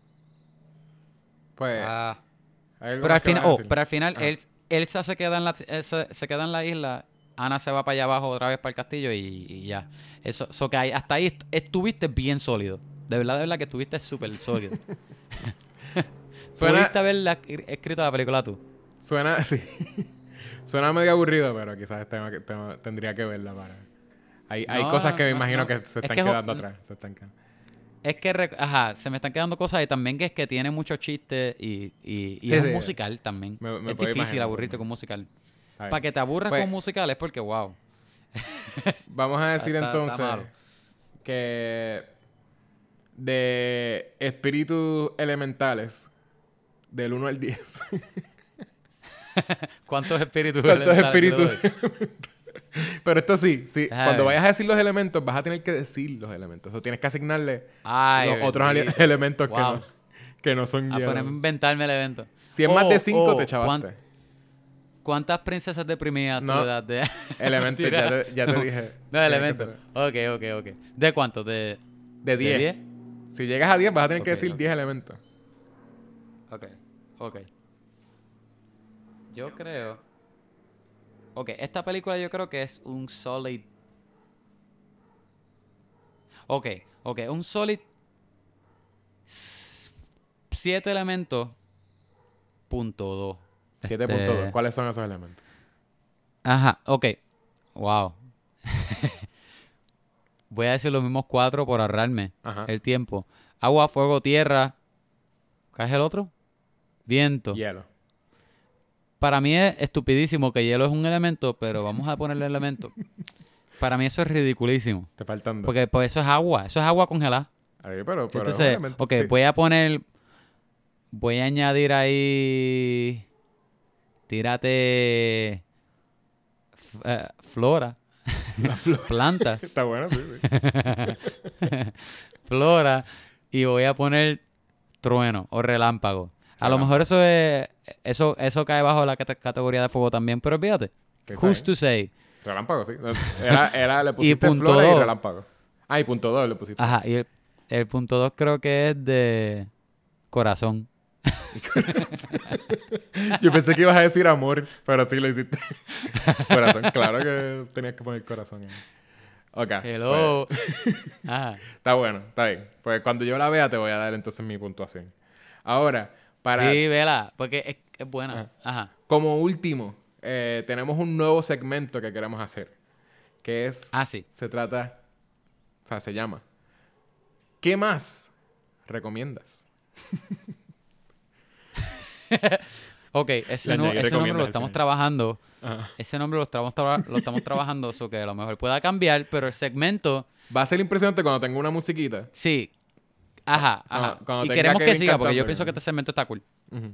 Pues, Ah, ¿hay algo pero al más que final, vas a oh, decir? pero al final Ajá. él, Elsa se queda en la, se, se queda en la isla, Ana se va para allá abajo otra vez para el castillo y, y ya. Eso, eso que hay, hasta ahí est- estuviste bien sólido. De verdad, de verdad que estuviste súper sólido. Suena, ¿Pudiste haber la- escrito la película tú? suena, sí. Suena medio aburrido, pero quizás tengo que- tengo- tendría que verla para... Hay, hay No, cosas no, que me no, imagino no. que se Es están que, jo- quedando atrás. Se están quedando. es que, rec- ajá, se me están quedando cosas y también que es que tiene muchos chistes y, y, y Sí, es sí. un musical también. Me- me es puedo difícil imaginar, aburrirte me con musical. Está bien. Para que te aburras Pues, con musical es porque, wow, vamos a decir está, está entonces malo. que de espíritus elementales, del uno al diez. ¿Cuántos espíritus? ¿Cuántos elementales te espíritus? doy? Pero esto sí, sí. Déjame Cuando ver. vayas a decir los elementos, vas a tener que decir los elementos. O tienes que asignarle Ay, los otros ale- bendito. elementos que, Wow. no, que no son A hielo. ponerme a inventarme el evento. Si es más Oh, de cinco, oh, te chavaste. ¿cuán- ¿Cuántas princesas deprimidas No. tú le das de Elementos, ya Mentira. te, ya te dije. No, Tienes que elementos. ser- Ok, ok, ok. ¿De cuántos? ¿De, De diez. diez? Si llegas a diez, vas a tener que Ok, decir ok. diez elementos. Ok, ok. Yo creo... Ok, esta película yo creo que es un solid... Ok, ok, un solid... s- Siete elementos... Punto dos. siete Este- punto dos. ¿Cuáles son esos elementos? Ajá, ok. Wow. Voy a decir los mismos cuatro por ahorrarme Ajá. el tiempo. Agua, fuego, tierra. ¿Cuál es el otro? Viento. Hielo. Para mí es estupidísimo que hielo es un elemento, pero vamos a ponerle elemento. Para mí eso es ridiculísimo. Te faltan dos. Porque pues eso es agua. Eso es agua congelada. Ahí, pero, pero es un Entonces, elemento, ok, sí. voy a poner... Voy a añadir ahí... Tírate... f- eh, flora. Plantas. Está bueno, sí, sí. Flora. Y voy a poner trueno o relámpago. A lo Relámpago. mejor eso es... Eso, eso cae bajo la cate- categoría de fuego también. Pero fíjate. Que está Who's bien. to say? Relámpago, sí. Era, era, le pusiste punto flora y dos. relámpago. Ah, y punto dos le pusiste. Ajá. Y el, el punto dos creo que es de... Corazón. Yo pensé que ibas a decir amor, pero sí lo hiciste. Corazón, claro que tenías que poner corazón ahí. Ok. Hello. pues, Ajá. está bueno, está bien. Pues cuando yo la vea te voy a dar entonces mi puntuación. Ahora, para Sí, vela. Porque es, es buena. Ajá. Ajá. como último, eh, tenemos un nuevo segmento que queremos hacer. Que es, Ah, sí. se trata, o sea, se llama ¿qué más recomiendas? Ok, Le ese, añadí no- ese nombre recomiendas lo al estamos final. trabajando. Ajá. Ese nombre lo estamos, traba- lo estamos trabajando, eso que a lo mejor pueda cambiar, pero el segmento, Va a ser impresionante cuando tenga una musiquita. sí. Ajá, Cuando- ajá. cuando Y tenga queremos que Kevin siga, porque yo cantando, pienso que ¿no? este segmento está cool. Ujú.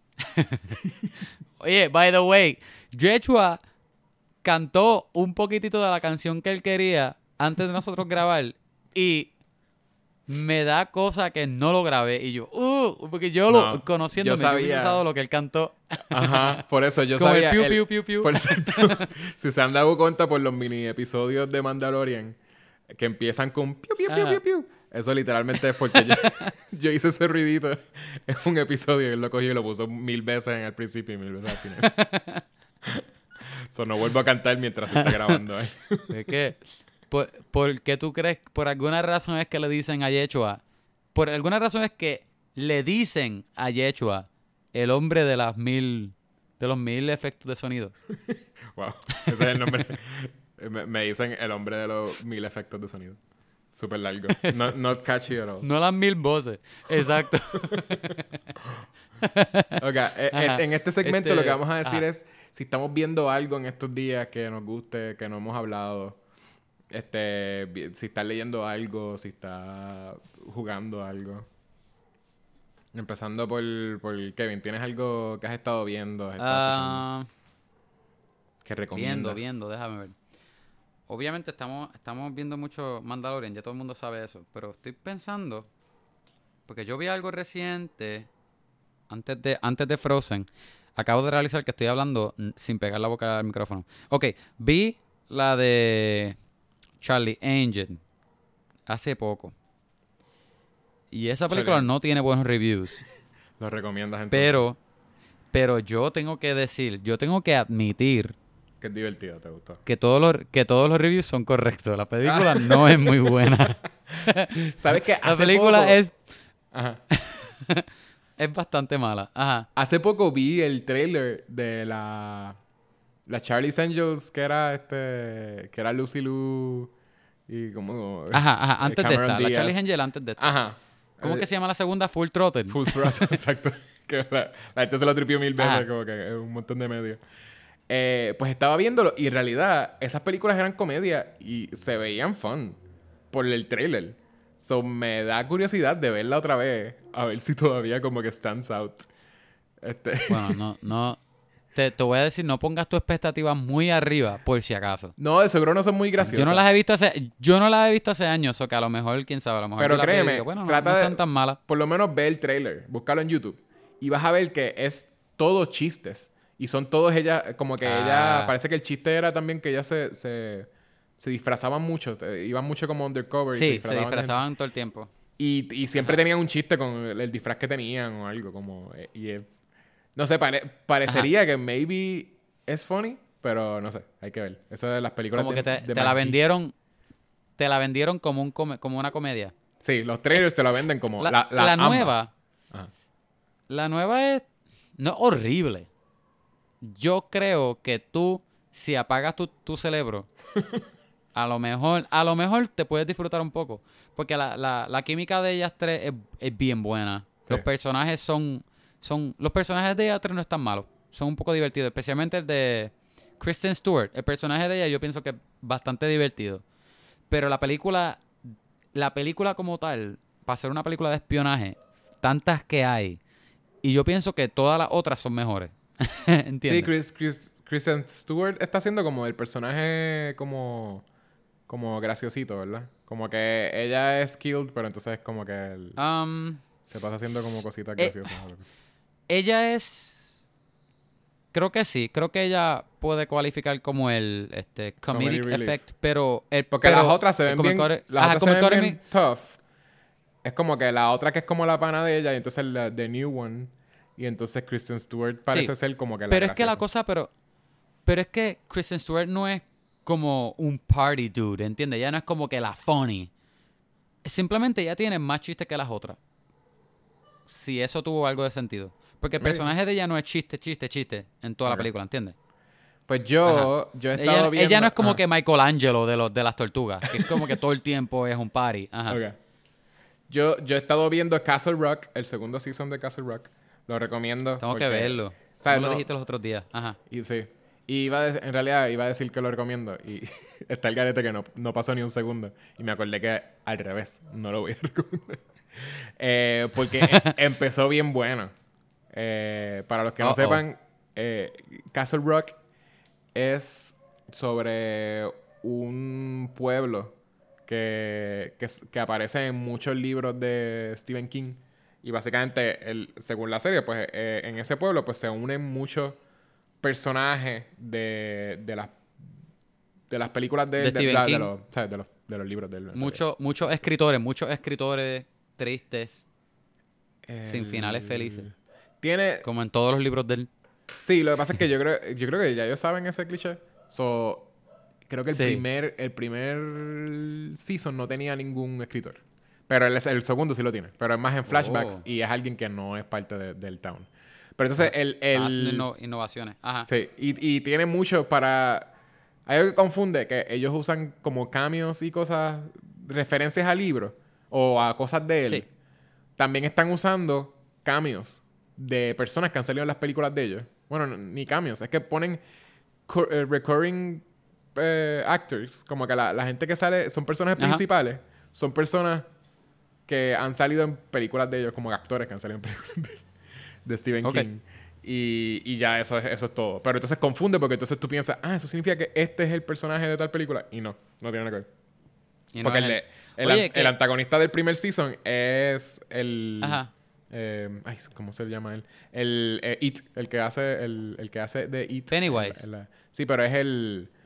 Oye, by the way, Joshua cantó un poquitito de la canción que él quería antes de nosotros grabar y me da cosa que no lo grabé. Y yo, uh, porque yo No, lo, conociéndome, yo yo hubiese sabía. pensado lo que él cantó. Ajá, por eso yo Como el sabía. piu, el- piu, piu, piu. por exacto. Si se han dado cuenta por los mini episodios de Mandalorian que empiezan con piu, piu, piu, Ajá. piu, piu. Eso literalmente es porque yo, yo hice ese ruidito en un episodio y él lo cogió y lo puso mil veces en el principio y mil veces al final. Eso no vuelvo a cantar mientras se está grabando. ¿eh? Es que, por, ¿por qué tú crees? Por alguna razón es que le dicen a Yechua. Por alguna razón es que le dicen a Yechua el hombre de las mil, de los mil efectos de sonido. Wow, ese es el nombre. me, me dicen el hombre de los mil efectos de sonido. Súper largo. Not, not catchy at all. No las mil voces. Exacto. Ok, eh, Ajá. eh, en este segmento Este, lo que vamos a decir ajá. es si estamos viendo algo en estos días que nos guste, que no hemos hablado, este, vi- si estás leyendo algo, si estás jugando algo. Empezando por, por Kevin, ¿tienes algo que has estado viendo? has estado Ah, escuchando, que recomiendas? viendo, viendo, déjame ver. Obviamente estamos, estamos viendo mucho Mandalorian, ya todo el mundo sabe eso. Pero estoy pensando, porque yo vi algo reciente, antes de, antes de Frozen. Acabo de realizar que estoy hablando mm, sin pegar la boca al micrófono. Ok, vi la de Charlie Angel hace poco. Y esa película Charlie. no tiene buenos reviews. Lo recomiendas entonces. Pero, pero yo tengo que decir, yo tengo que admitir Que es divertido, te gustó. que todos los, que todos los reviews son correctos. La película no es muy buena. ¿Sabes qué? La Hace película poco- es, Ajá. es bastante mala. Ajá. Hace poco vi el trailer de la... La Charlie's Angels, que era este... Que era Lucy Liu y como... Ajá, ajá. eh, Antes de Cameron esta. La Diaz. Charlie's Angel antes de esta. Ajá. ¿Cómo Eh, que se llama la segunda? Full Throttle. Full Throttle, exacto. Que la, la gente se lo tripió mil veces, Ajá. como que es un montón de medios. Eh, pues estaba viéndolo y en realidad esas películas eran comedia y se veían fun por el trailer. So me da curiosidad de verla otra vez, a ver si todavía como que stands out. Este... Bueno, no, no. Te, te voy a decir, no pongas tu expectativa muy arriba, por si acaso. No, de seguro no son muy graciosas. Yo no las he visto hace, yo no las he visto hace años, o que a lo mejor, quién sabe, a lo mejor Pero yo las veo y créeme, digo, bueno, no, trata no de- están tan malas. Por lo menos ve el trailer, búscalo en YouTube y vas a ver que es todo chistes. Y son todos ellas, como que Ah. ella, parece que el chiste era también que ellas se, se, se disfrazaban mucho, te- iban mucho como undercover. y Sí, se disfrazaban de gente. disfrazaban todo el tiempo. Y, y siempre tenían un chiste con el, el disfraz que tenían o algo como... eh, y es- no sé, pare- parecería que maybe es funny, pero no sé, hay que ver. Eso de las películas Como de, que te, de te la Maggi. vendieron, te la vendieron como un come- como una comedia. Sí, los trailers te la venden como La, la, la, la ambas. nueva, Ajá. la nueva es no es horrible. Yo creo que tú, si apagas tu, tu cerebro, a lo mejor, a lo mejor te puedes disfrutar un poco. Porque la, la, la química de ellas tres es, es bien buena. Los Sí. personajes son, son. Los personajes de ellas tres no están malos. Son un poco divertidos. Especialmente el de Kristen Stewart. El personaje de ella yo pienso que es bastante divertido. Pero la película. La película como tal, para ser una película de espionaje, tantas que hay. Y yo pienso que todas las otras son mejores. ¿Entiendes? Sí, Chris, Chris, Kristen Stewart está haciendo como el personaje como... Como graciosito, ¿verdad? Como que ella es skilled, pero entonces es como que él Um, se pasa haciendo como cositas eh, graciosas. o lo que sea. ella es. Creo que sí. Creo que ella puede cualificar como el este, comedic Comedy relief. effect. Pero. El, Porque pero las otras se el ven comic bien... core- Las ajá, otras se comic ven core bien tough. Es como que la otra que es como la pana de ella y entonces la The New One. Y entonces Kristen Stewart parece Sí, ser como que la Pero es que la graciosa. cosa, pero. Pero es que Kristen Stewart no es como un party dude, ¿entiendes? Ella no es como que la funny. Simplemente ella tiene más chistes que las otras. Si eso tuvo algo de sentido. Porque el Maybe. personaje de ella no es chiste, chiste, chiste en toda Ok. la película, ¿entiendes? Pues yo, yo he estado Ella, viendo... ella no es como Ajá. que Michelangelo de, los, de las tortugas, que es como que todo el tiempo es un party. Ajá. Ok. Yo, yo he estado viendo Castle Rock, el segundo season de Castle Rock. Lo recomiendo. Tengo porque- que verlo. O sea, Tú me lo no- dijiste los otros días. Ajá. Y sí. Y iba a de- en realidad iba a decir que lo recomiendo. Y está el garete que no, no pasó ni un segundo. Y me acordé que al revés, no lo voy a recomendar. Eh, porque em- empezó bien bueno. Eh, para los que no Uh-oh. sepan, eh, Castle Rock es sobre un pueblo que, que, s- que aparece en muchos libros de Stephen King. Y básicamente, el, según la serie, pues eh, en ese pueblo pues se unen muchos personajes de, de las de las películas de, De Stephen la- King. los, ¿sabes? De, los, de los libros de él. Mucho- muchos escritores, muchos escritores tristes, El- sin finales felices. Tiene... como en todos los libros de él. Sí, lo que pasa es que yo creo, yo creo que ya ellos saben ese cliché. So, creo que el Sí. primer el primer season no tenía ningún escritor. Pero el, el segundo sí lo tiene. Pero es más en flashbacks Oh. y es alguien que no es parte de- del town. Pero entonces el... el Hacen inno- innovaciones. Ajá. Sí, y, y tiene mucho para... Hay algo que confunde, que ellos usan como cameos y cosas, referencias a libros o a cosas de él. Sí. También están usando cameos de personas que han salido en las películas de ellos. Bueno, no, ni cameos, es que ponen co- eh, recurring eh, actors, como que la, la gente que sale son personajes Ajá. principales, son personas que han salido en películas de ellos, como actores que han salido en películas de, de Stephen Ok. King. Y, y ya eso es, eso es todo. Pero entonces confunde porque entonces tú piensas, ah, eso significa que este es el personaje de tal película. Y no, no tiene nada que ver. Y no porque es el, el- el, Oye, an- que- el antagonista del primer season es el... Ajá. eh, ay, ¿cómo se llama él? El eh, It, el que hace el, el que hace de It. Pennywise. En la- en la- sí, pero es el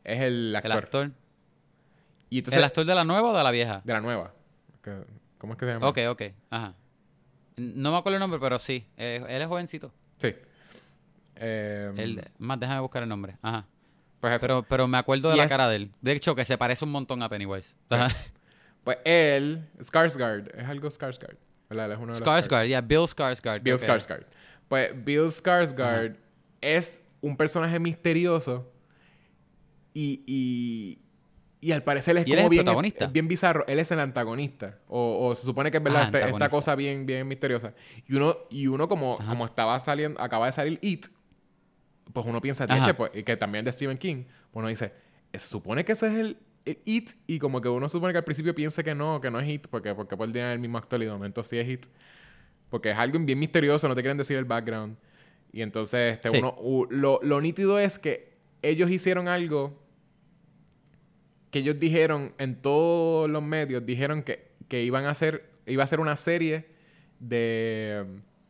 es el actor. El actor. Y entonces, ¿El actor de la nueva o de la vieja? de la nueva. Que- ¿Cómo es que se llama? Ok, ok. Ajá. No me acuerdo el nombre, pero sí. Eh, él es jovencito. Sí. Eh, Él, más, déjame buscar el nombre. Ajá. pues eso. Pero, pero me acuerdo de Y la es- cara de él. De hecho, que se parece un montón a Pennywise. Ajá. Pues él, Skarsgård, es algo Skarsgård. ¿Verdad? Él es uno de los Skarsgård, ya, Bill Skarsgård. Bill creo que es. Skarsgård. Pues Bill Skarsgård es un personaje misterioso y, y, y al parecer es ¿Y él es como el bien, protagonista? es bien bizarro. Él es el antagonista. O, o se supone que es verdad Ah, esta, esta antagonista. cosa bien, bien misteriosa. Y uno, y uno como, Ajá. como estaba saliendo, acaba de salir It, pues uno piensa, Ajá. "Tieche", pues, y que también es de Stephen King. Pues uno dice, se supone que ese es el, el It, y como que uno supone que al principio piense que no, que no es It, porque, porque por el mismo actor y de momento sí es It. Porque es algo bien misterioso, no te quieren decir el background. Y entonces, este, Sí. uno, u- lo, lo nítido es que ellos hicieron algo que ellos dijeron en todos los medios, dijeron que, que iban a hacer, iba a ser una serie de...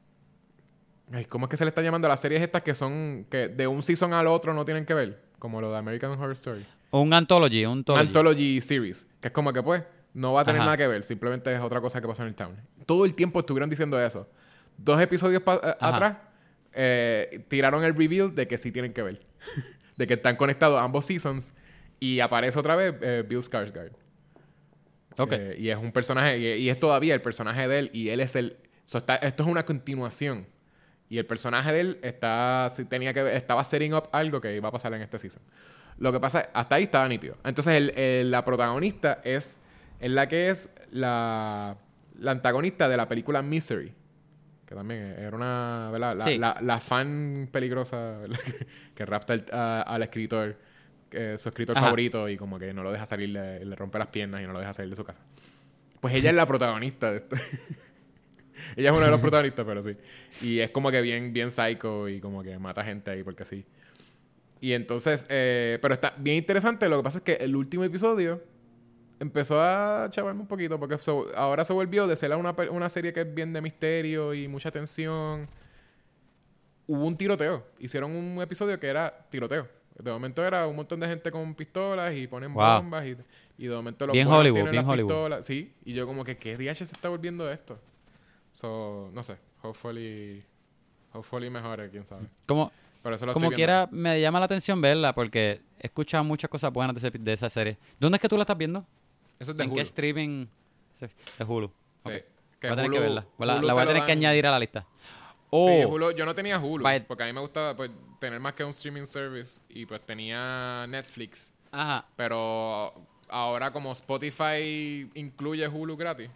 Ay, ¿cómo es que se le está llamando? Las series estas que son, que de un season al otro no tienen que ver, como lo de American Horror Story. O un anthology, un anthology. Anthology series, que es como que pues no va a tener Ajá. nada que ver, simplemente es otra cosa que pasa en el town. Todo el tiempo estuvieron diciendo eso. Dos episodios pa- eh, Ajá. atrás eh, tiraron el reveal de que sí tienen que ver, de que están conectados ambos seasons y aparece otra vez eh, Bill Skarsgård. Ok. Eh, y es un personaje, y, y es todavía el personaje de él, y él es el... so está- esto es una continuación. Y el personaje de él está, sí, tenía que ver- estaba setting up algo que iba a pasar en este season. Lo que pasa, hasta ahí estaba nítido. Entonces, el, el- la protagonista es, es la que es la, la antagonista de la película Misery. Que también era una, ¿verdad? La, Sí. la, la fan peligrosa, ¿verdad? que, que rapta al, a- al escritor, que es su escritor Ajá. favorito, y como que no lo deja salir, le, le rompe las piernas y no lo deja salir de su casa. Pues ella es la protagonista de esto. Ella es uno de los protagonistas, pero sí. Y es como que bien, bien psycho y como que mata gente ahí porque sí. Y entonces, eh, pero está bien interesante. Lo que pasa es que el último episodio empezó a chavarme un poquito porque so- ahora se volvió de ser una, pe- una serie que es bien de misterio y mucha tensión. Hubo un tiroteo. Hicieron un episodio que era tiroteo. De momento era un montón de gente con pistolas y ponen Wow. bombas y, y de momento los Bien buenos Hollywood, tienen bien las Hollywood. pistolas. Sí, y yo como que, ¿qué D H se está volviendo esto? So, no sé. Hopefully, hopefully mejore, quién sabe. Como, Pero eso lo como estoy viendo. quiera, me llama la atención verla porque he escuchado muchas cosas buenas de, ese- de esa serie. ¿Dónde es que tú la estás viendo? Eso es de ¿En Hulu. qué streaming? De Hulu. Ok. Sí, que Voy a tener que Hulu- verla. La, Hulu la voy a te lo tener que dan- añadir a la lista. Sí, Oh, Hulu, yo no tenía Hulu, Vaya- porque a mí me gustaba pues, tener más que un streaming service y pues tenía Netflix. ajá. Pero ahora como Spotify incluye Hulu gratis,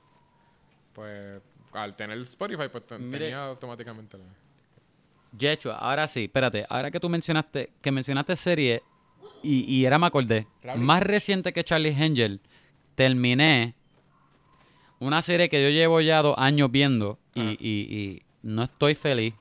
pues al tener Spotify pues te- Mire. tenía automáticamente la... Yechua, ahora sí, espérate. Ahora que tú mencionaste, que mencionaste serie y, y era me acordé. Raúl. Más reciente que Charlie Angel, terminé una serie que yo llevo ya dos años viendo y, Ajá. y- y no estoy feliz.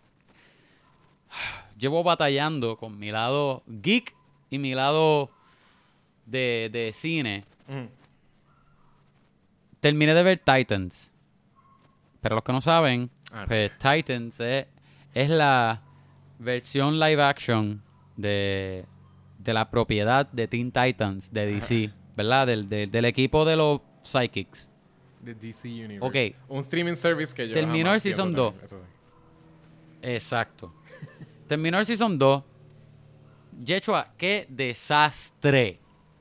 Llevo batallando con mi lado geek y mi lado de, de cine. Ujú. Terminé de ver Titans. Pero los que no saben, Ah, no. pues Titans es, es la versión live action de, de la propiedad de Teen Titans de D C, ¿verdad? Del, del, del equipo de los Psychics. De D C Universe. Ok. Un streaming service que yo Terminó jamás el Season pienso dos. tener, eso sí. Exacto. Terminó el Season dos. Yechua, qué desastre.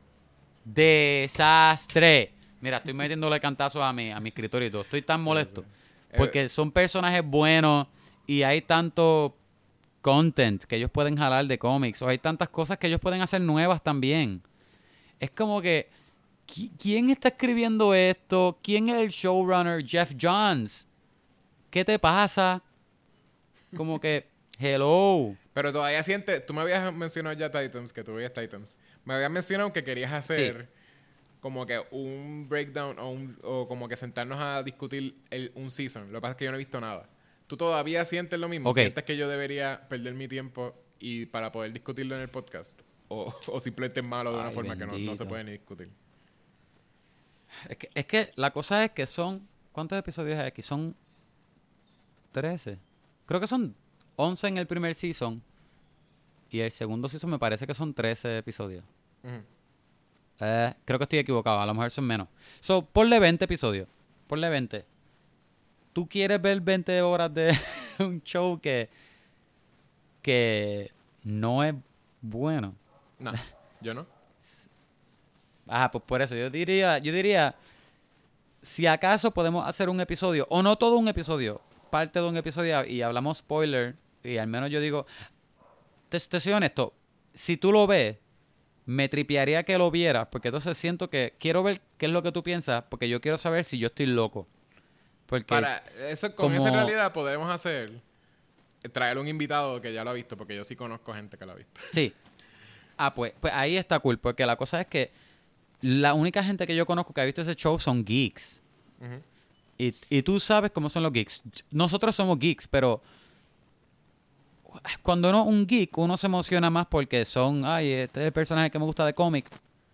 Desastre. Mira, estoy metiéndole cantazos a mi, a mi escritorio y todo. Estoy tan molesto. sí. Porque son personajes buenos y hay tanto content que ellos pueden jalar de cómics. O hay tantas cosas que ellos pueden hacer nuevas también. Es como que, ¿qui- ¿quién está escribiendo esto? ¿Quién es el showrunner? Jeff Johns. ¿Qué te pasa? Como que, hello. Pero todavía sientes, tú me habías mencionado ya Titans, que tú veías Titans. Me habías mencionado que querías hacer como que un breakdown o, un- o como que sentarnos a discutir el, un season. Lo que pasa es que yo no he visto nada. ¿Tú todavía sientes lo mismo? Ok. ¿Sientes que yo debería perder mi tiempo y para poder discutirlo en el podcast? ¿O, o simplemente es malo de una Ay, forma que no, no se bendito. puede ni discutir? Es que, es que la cosa es que son... ¿Cuántos episodios hay aquí? Son trece. Creo que son once en el primer season. Y el segundo season me parece que son trece episodios. Ujú. Eh, creo que estoy equivocado. A lo mejor son menos. So, ponle veinte episodios. Ponle veinte. ¿Tú quieres ver veinte horas de un show que, que no es bueno? No, yo no. Ah, pues por eso. Yo diría, yo diría, si acaso podemos hacer un episodio, o no todo un episodio, parte de un episodio y hablamos spoiler, y al menos yo digo, te, te soy honesto, si tú lo ves, me tripearía que lo vieras, porque entonces siento que quiero ver qué es lo que tú piensas, porque yo quiero saber si yo estoy loco. Porque Para eso, con como- esa realidad podremos hacer, eh, traer un invitado que ya lo ha visto, porque yo sí conozco gente que lo ha visto. Sí. Ah, pues, pues ahí está cool, porque la cosa es que la única gente que yo conozco que ha visto ese show son geeks. Ujú. Y, y tú sabes cómo son los geeks. Nosotros somos geeks, pero cuando uno es un geek, uno se emociona más porque son, ay, este es el personaje que me gusta de cómic.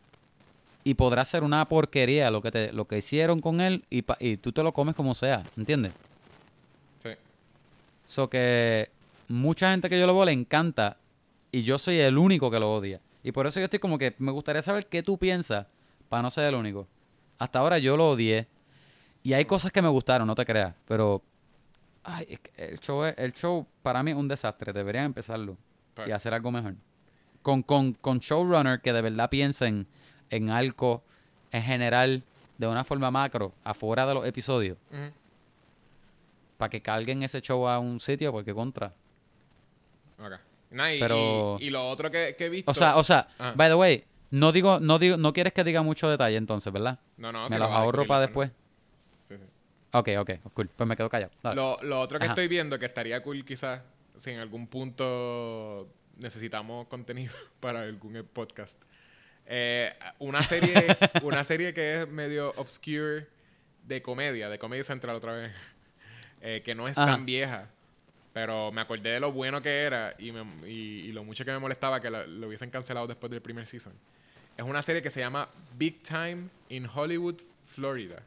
Y podrá ser una porquería lo que te, lo que hicieron con él y, pa- y tú te lo comes como sea, ¿entiendes? Sí. So que mucha gente que yo lo veo le encanta y yo soy el único que lo odia. Y por eso yo estoy como que me gustaría saber qué tú piensas para no ser el único. Hasta ahora yo lo odié. Y hay cosas que me gustaron, no te creas. Pero ay, es que el show, es- el show para mí es un desastre. Deberían empezarlo Pues, y hacer algo mejor. Con, con, con showrunner que de verdad piensen en algo en general de una forma macro, afuera de los episodios. ujú. Para que carguen ese show a un sitio porque contra. Ok. Nah, y, Pero- y, y lo otro que, que he visto... O sea, o sea, Ah. by the way, no digo, no digo, no quieres que diga mucho detalle entonces, ¿verdad? No, no, Me se los lo vas a ahorro descubrir para después, después. ¿no? Sí, sí. Ok, ok, cool. Pues me quedo callado. Dale. Lo, lo otro que Ajá. estoy viendo, que estaría cool quizás, si en algún punto necesitamos contenido para algún podcast. Eh, una serie una serie que es medio obscure de comedia, de Comedy Central otra vez, eh, que no es Ajá. tan vieja, pero me acordé de lo bueno que era y, me- y- y lo mucho que me molestaba que lo, lo hubiesen cancelado después del primer season. Es una serie que se llama Big Time in Hollywood, Florida.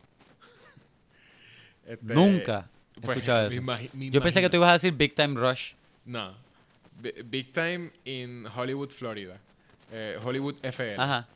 Este, Nunca he pues, escuchado me eso. imagi- me Yo pensé que imagino. tú ibas a decir Big Time Rush. No. B- Big Time in Hollywood, Florida. Eh, Hollywood F L. Ajá.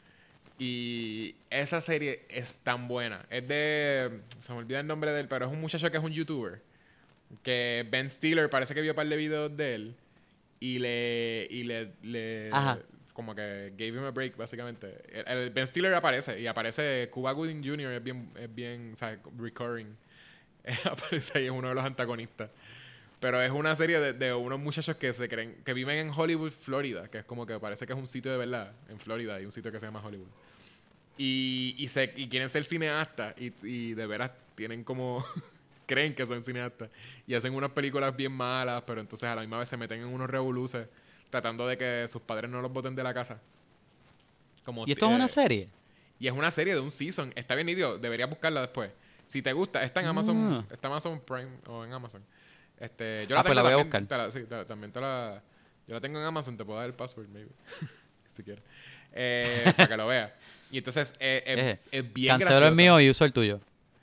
Y esa serie es tan buena. Es de... Se me olvida el nombre de él, pero es un muchacho que es un youtuber. Que Ben Stiller parece que vio un par de videos de él. Y le... Y le... le- Ajá. como que gave him a break, básicamente. El, el Ben Stiller aparece. Y aparece Cuba Gooding junior Es bien... Es bien... O sea, recurring. Aparece ahí, es uno de los antagonistas. Pero es una serie de, de unos muchachos que se creen, que viven en Hollywood, Florida, que es como que parece que es un sitio de verdad, en Florida hay un sitio que se llama Hollywood. Y, y, se, y quieren ser cineastas y, y de veras tienen como, creen que son cineastas y hacen unas películas bien malas, pero entonces a la misma vez se meten en unos revoluces tratando de que sus padres no los boten de la casa. Como, ¿Y esto es eh, una serie? y es una serie de un season. Está bien nítido. Deberías buscarla después. Si te gusta, está en Amazon. Ah. Está en Amazon Prime o en Amazon. Este, yo Ah, la pues tengo la voy a también. buscar. te la- sí, te- también te la. Yo la tengo en Amazon. Te puedo dar el password, maybe. si quieres. Eh, para que lo veas. Y entonces eh, eh, Eh, es bien Cancelo graciosa. el mío y uso el tuyo.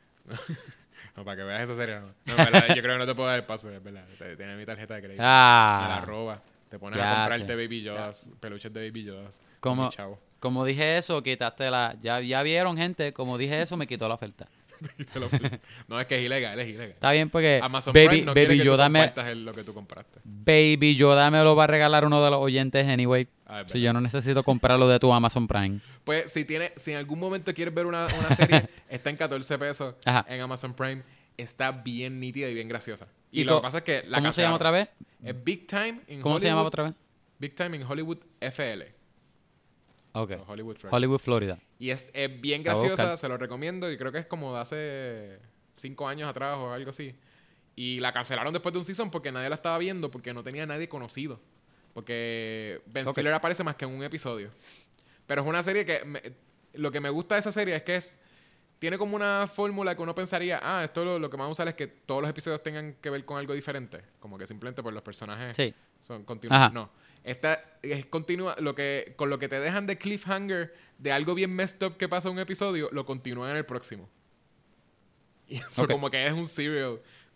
No, para que veas esa serie. No, no en verdad, yo creo que no te puedo dar el password, es verdad. Te- Tiene mi tarjeta de crédito. Ah. Me la roba. Te pones Ya a comprarte sé. Baby Yodas, peluches de Baby Yodas. Como- Muy chavo. Como dije eso, quitaste la... Ya, ya vieron, gente, como dije eso, me quitó la oferta. Y te lo- no, es que es ilegal, es ilegal. Está bien porque Amazon Baby, Prime no Baby quiere que Yoda tú me... compartas el- lo que tú compraste. Baby Yoda me lo va a regalar uno de los oyentes anyway. Ah, es Si verdad. yo no necesito comprarlo de tu Amazon Prime. Pues si tiene, si en algún momento quieres ver una, una serie, está en catorce pesos Ajá. en Amazon Prime. Está bien nítida y bien graciosa. Y, ¿Y lo co- que pasa es que la ¿Cómo se llama cancelaron. otra vez? Es Big Time in ¿Cómo Hollywood. se llama otra vez? Big Time in Hollywood F L. Ok. So, Hollywood, Florida. Hollywood, Florida. Y es, es bien La voy a graciosa, buscar. se lo recomiendo. Y creo que es como de hace cinco años atrás o algo así. Y la cancelaron después de un season porque nadie la estaba viendo, porque no tenía nadie conocido. Porque Ben Ok. Stiller aparece más que en un episodio. Pero es una serie que... me- lo que me gusta de esa serie es que es... Tiene como una fórmula que uno pensaría, ah, esto lo, lo que vamos a usar es que todos los episodios tengan que ver con algo diferente. Como que simplemente por los personajes Sí. son continuos. Ajá. No. Esta es continua, lo que, con lo que te dejan de cliffhanger de algo bien messed up que pasa en un episodio, lo continúan en el próximo. Y eso Ok. como que es un serial,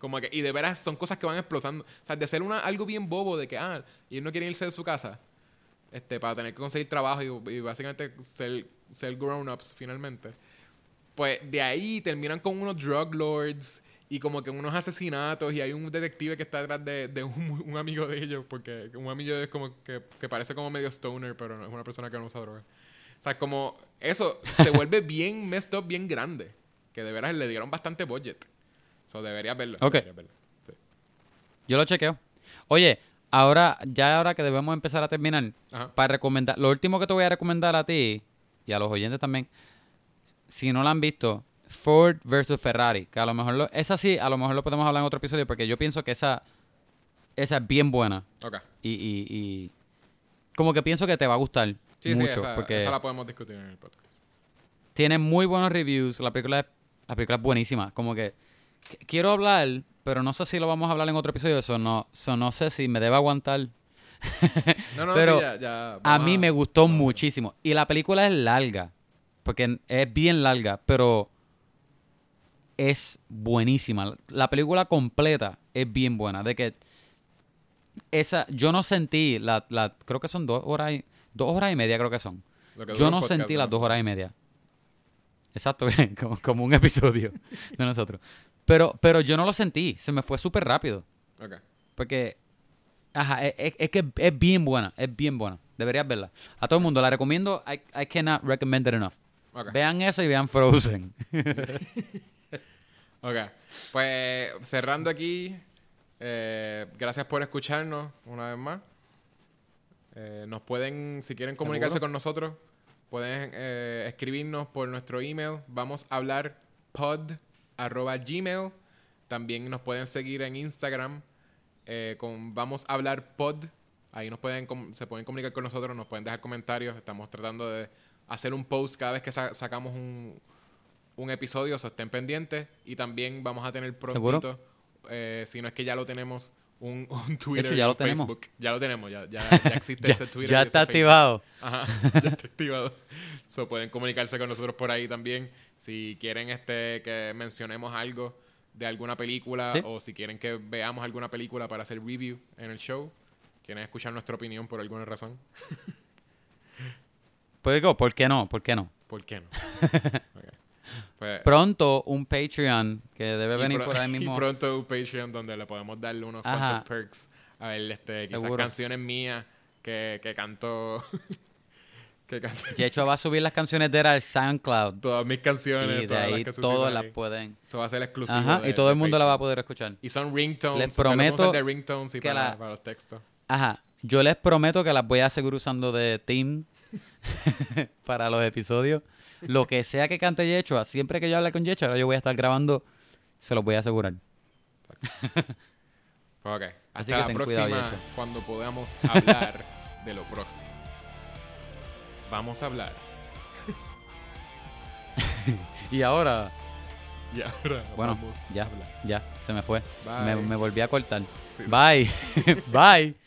Como que, y de veras son cosas que van explotando. O sea, de ser una, algo bien bobo de que, ah, y ellos no quieren irse de su casa este, para tener que conseguir trabajo y, y básicamente ser, ser grown-ups finalmente. Pues de ahí terminan con unos drug lords y como que unos asesinatos y hay un detective que está detrás de, de un, un amigo de ellos, porque un amigo es como que, que parece como medio stoner, pero no es una persona que no usa droga. O sea, como eso se vuelve bien messed up, bien grande, que de veras le dieron bastante budget. So, deberías verlo. Ok. Deberías verlo. Sí. Yo lo chequeo. Oye, ahora, ya ahora que debemos empezar a terminar, Ajá. para recomendar, lo último que te voy a recomendar a ti y a los oyentes también, si no lo han visto, Ford versus Ferrari, que a lo mejor, lo, esa sí, a lo mejor lo podemos hablar en otro episodio, porque yo pienso que esa, esa es bien buena. Ok. Y, y, y como que pienso que te va a gustar Sí, mucho, sí, esa, porque esa la podemos discutir en el podcast. tiene muy buenos reviews, la película es, la película es buenísima, como que qu- quiero hablar, pero no sé si lo vamos a hablar en otro episodio, eso no, eso no sé si me debe aguantar. No, no, Pero sí, ya, ya, a vamos mí me gustó vamos a hacer. muchísimo. Y la película es larga, porque es bien larga, pero es buenísima. La película completa es bien buena. De que esa, yo no sentí, la, la, creo que son dos horas y, dos horas y media creo que son. Lo que dura Yo un no podcast sentí de las dos nosotros. horas y media. Exacto, como, como un episodio de nosotros. Pero, pero yo no lo sentí, se me fue súper rápido. Ok. Porque, ajá, es, es- es que es bien buena, es bien buena. Deberías verla. A todo el mundo la recomiendo. I, I cannot recommend it enough. Ok. Vean eso y vean Frozen. Ok. Pues cerrando aquí, eh, gracias por escucharnos una vez más. Eh, nos pueden, si quieren comunicarse ¿Seguro? con nosotros, pueden eh, escribirnos por nuestro email. Vamos a hablar pod arroba gmail. También nos pueden seguir en Instagram eh, con vamos a hablar pod. Ahí nos pueden com- se pueden comunicar con nosotros, nos pueden dejar comentarios. Estamos tratando de hacer un post cada vez que sa- sacamos un, un episodio, o sea, estén pendientes. Y también vamos a tener prontito, eh, si no es que ya lo tenemos, un, un Twitter ya y lo un tenemos. Facebook. Ya lo tenemos, ya, ya, ya existe ya ese Twitter. ya y ese está Facebook. activado. Ajá, ya está activado. So, pueden comunicarse con nosotros por ahí también. Si quieren este que mencionemos algo de alguna película Sí. o si quieren que veamos alguna película para hacer review en el show, quieren escuchar nuestra opinión por alguna razón, Pues digo, ¿por qué no? ¿Por qué no? ¿por qué no? Ok. Pues, Pronto un Patreon que debe y venir pro- por ahí y mismo. pronto un Patreon donde le podemos darle unos Ajá. cuantos perks. A ver, este, quizás Seguro. canciones mías que, que canto. que canto Yecho va a subir las canciones de él al SoundCloud. todas mis canciones. Y de todas las ahí que se todas suben las ahí. pueden. Eso va a ser exclusivo. Ajá, de- y todo de el mundo la va a Patreon. poder escuchar. Y son ringtones. Les so que lo podemos prometo hacer de ringtones y que para, la- para los textos. Ajá, yo les prometo que las voy a seguir usando de theme para los episodios. Lo que sea que cante Yechua, siempre que yo hable con Yechua, ahora yo voy a estar grabando, se los voy a asegurar. Pues ok. Así Hasta que la ten próxima, cuidado, Yeshua. cuando podamos hablar de lo próximo. Vamos a hablar. Y ahora, Y ahora bueno, vamos ya, a hablar. ya, se me fue. Bye. Me, me volví a cortar. Sí. Bye. Bye.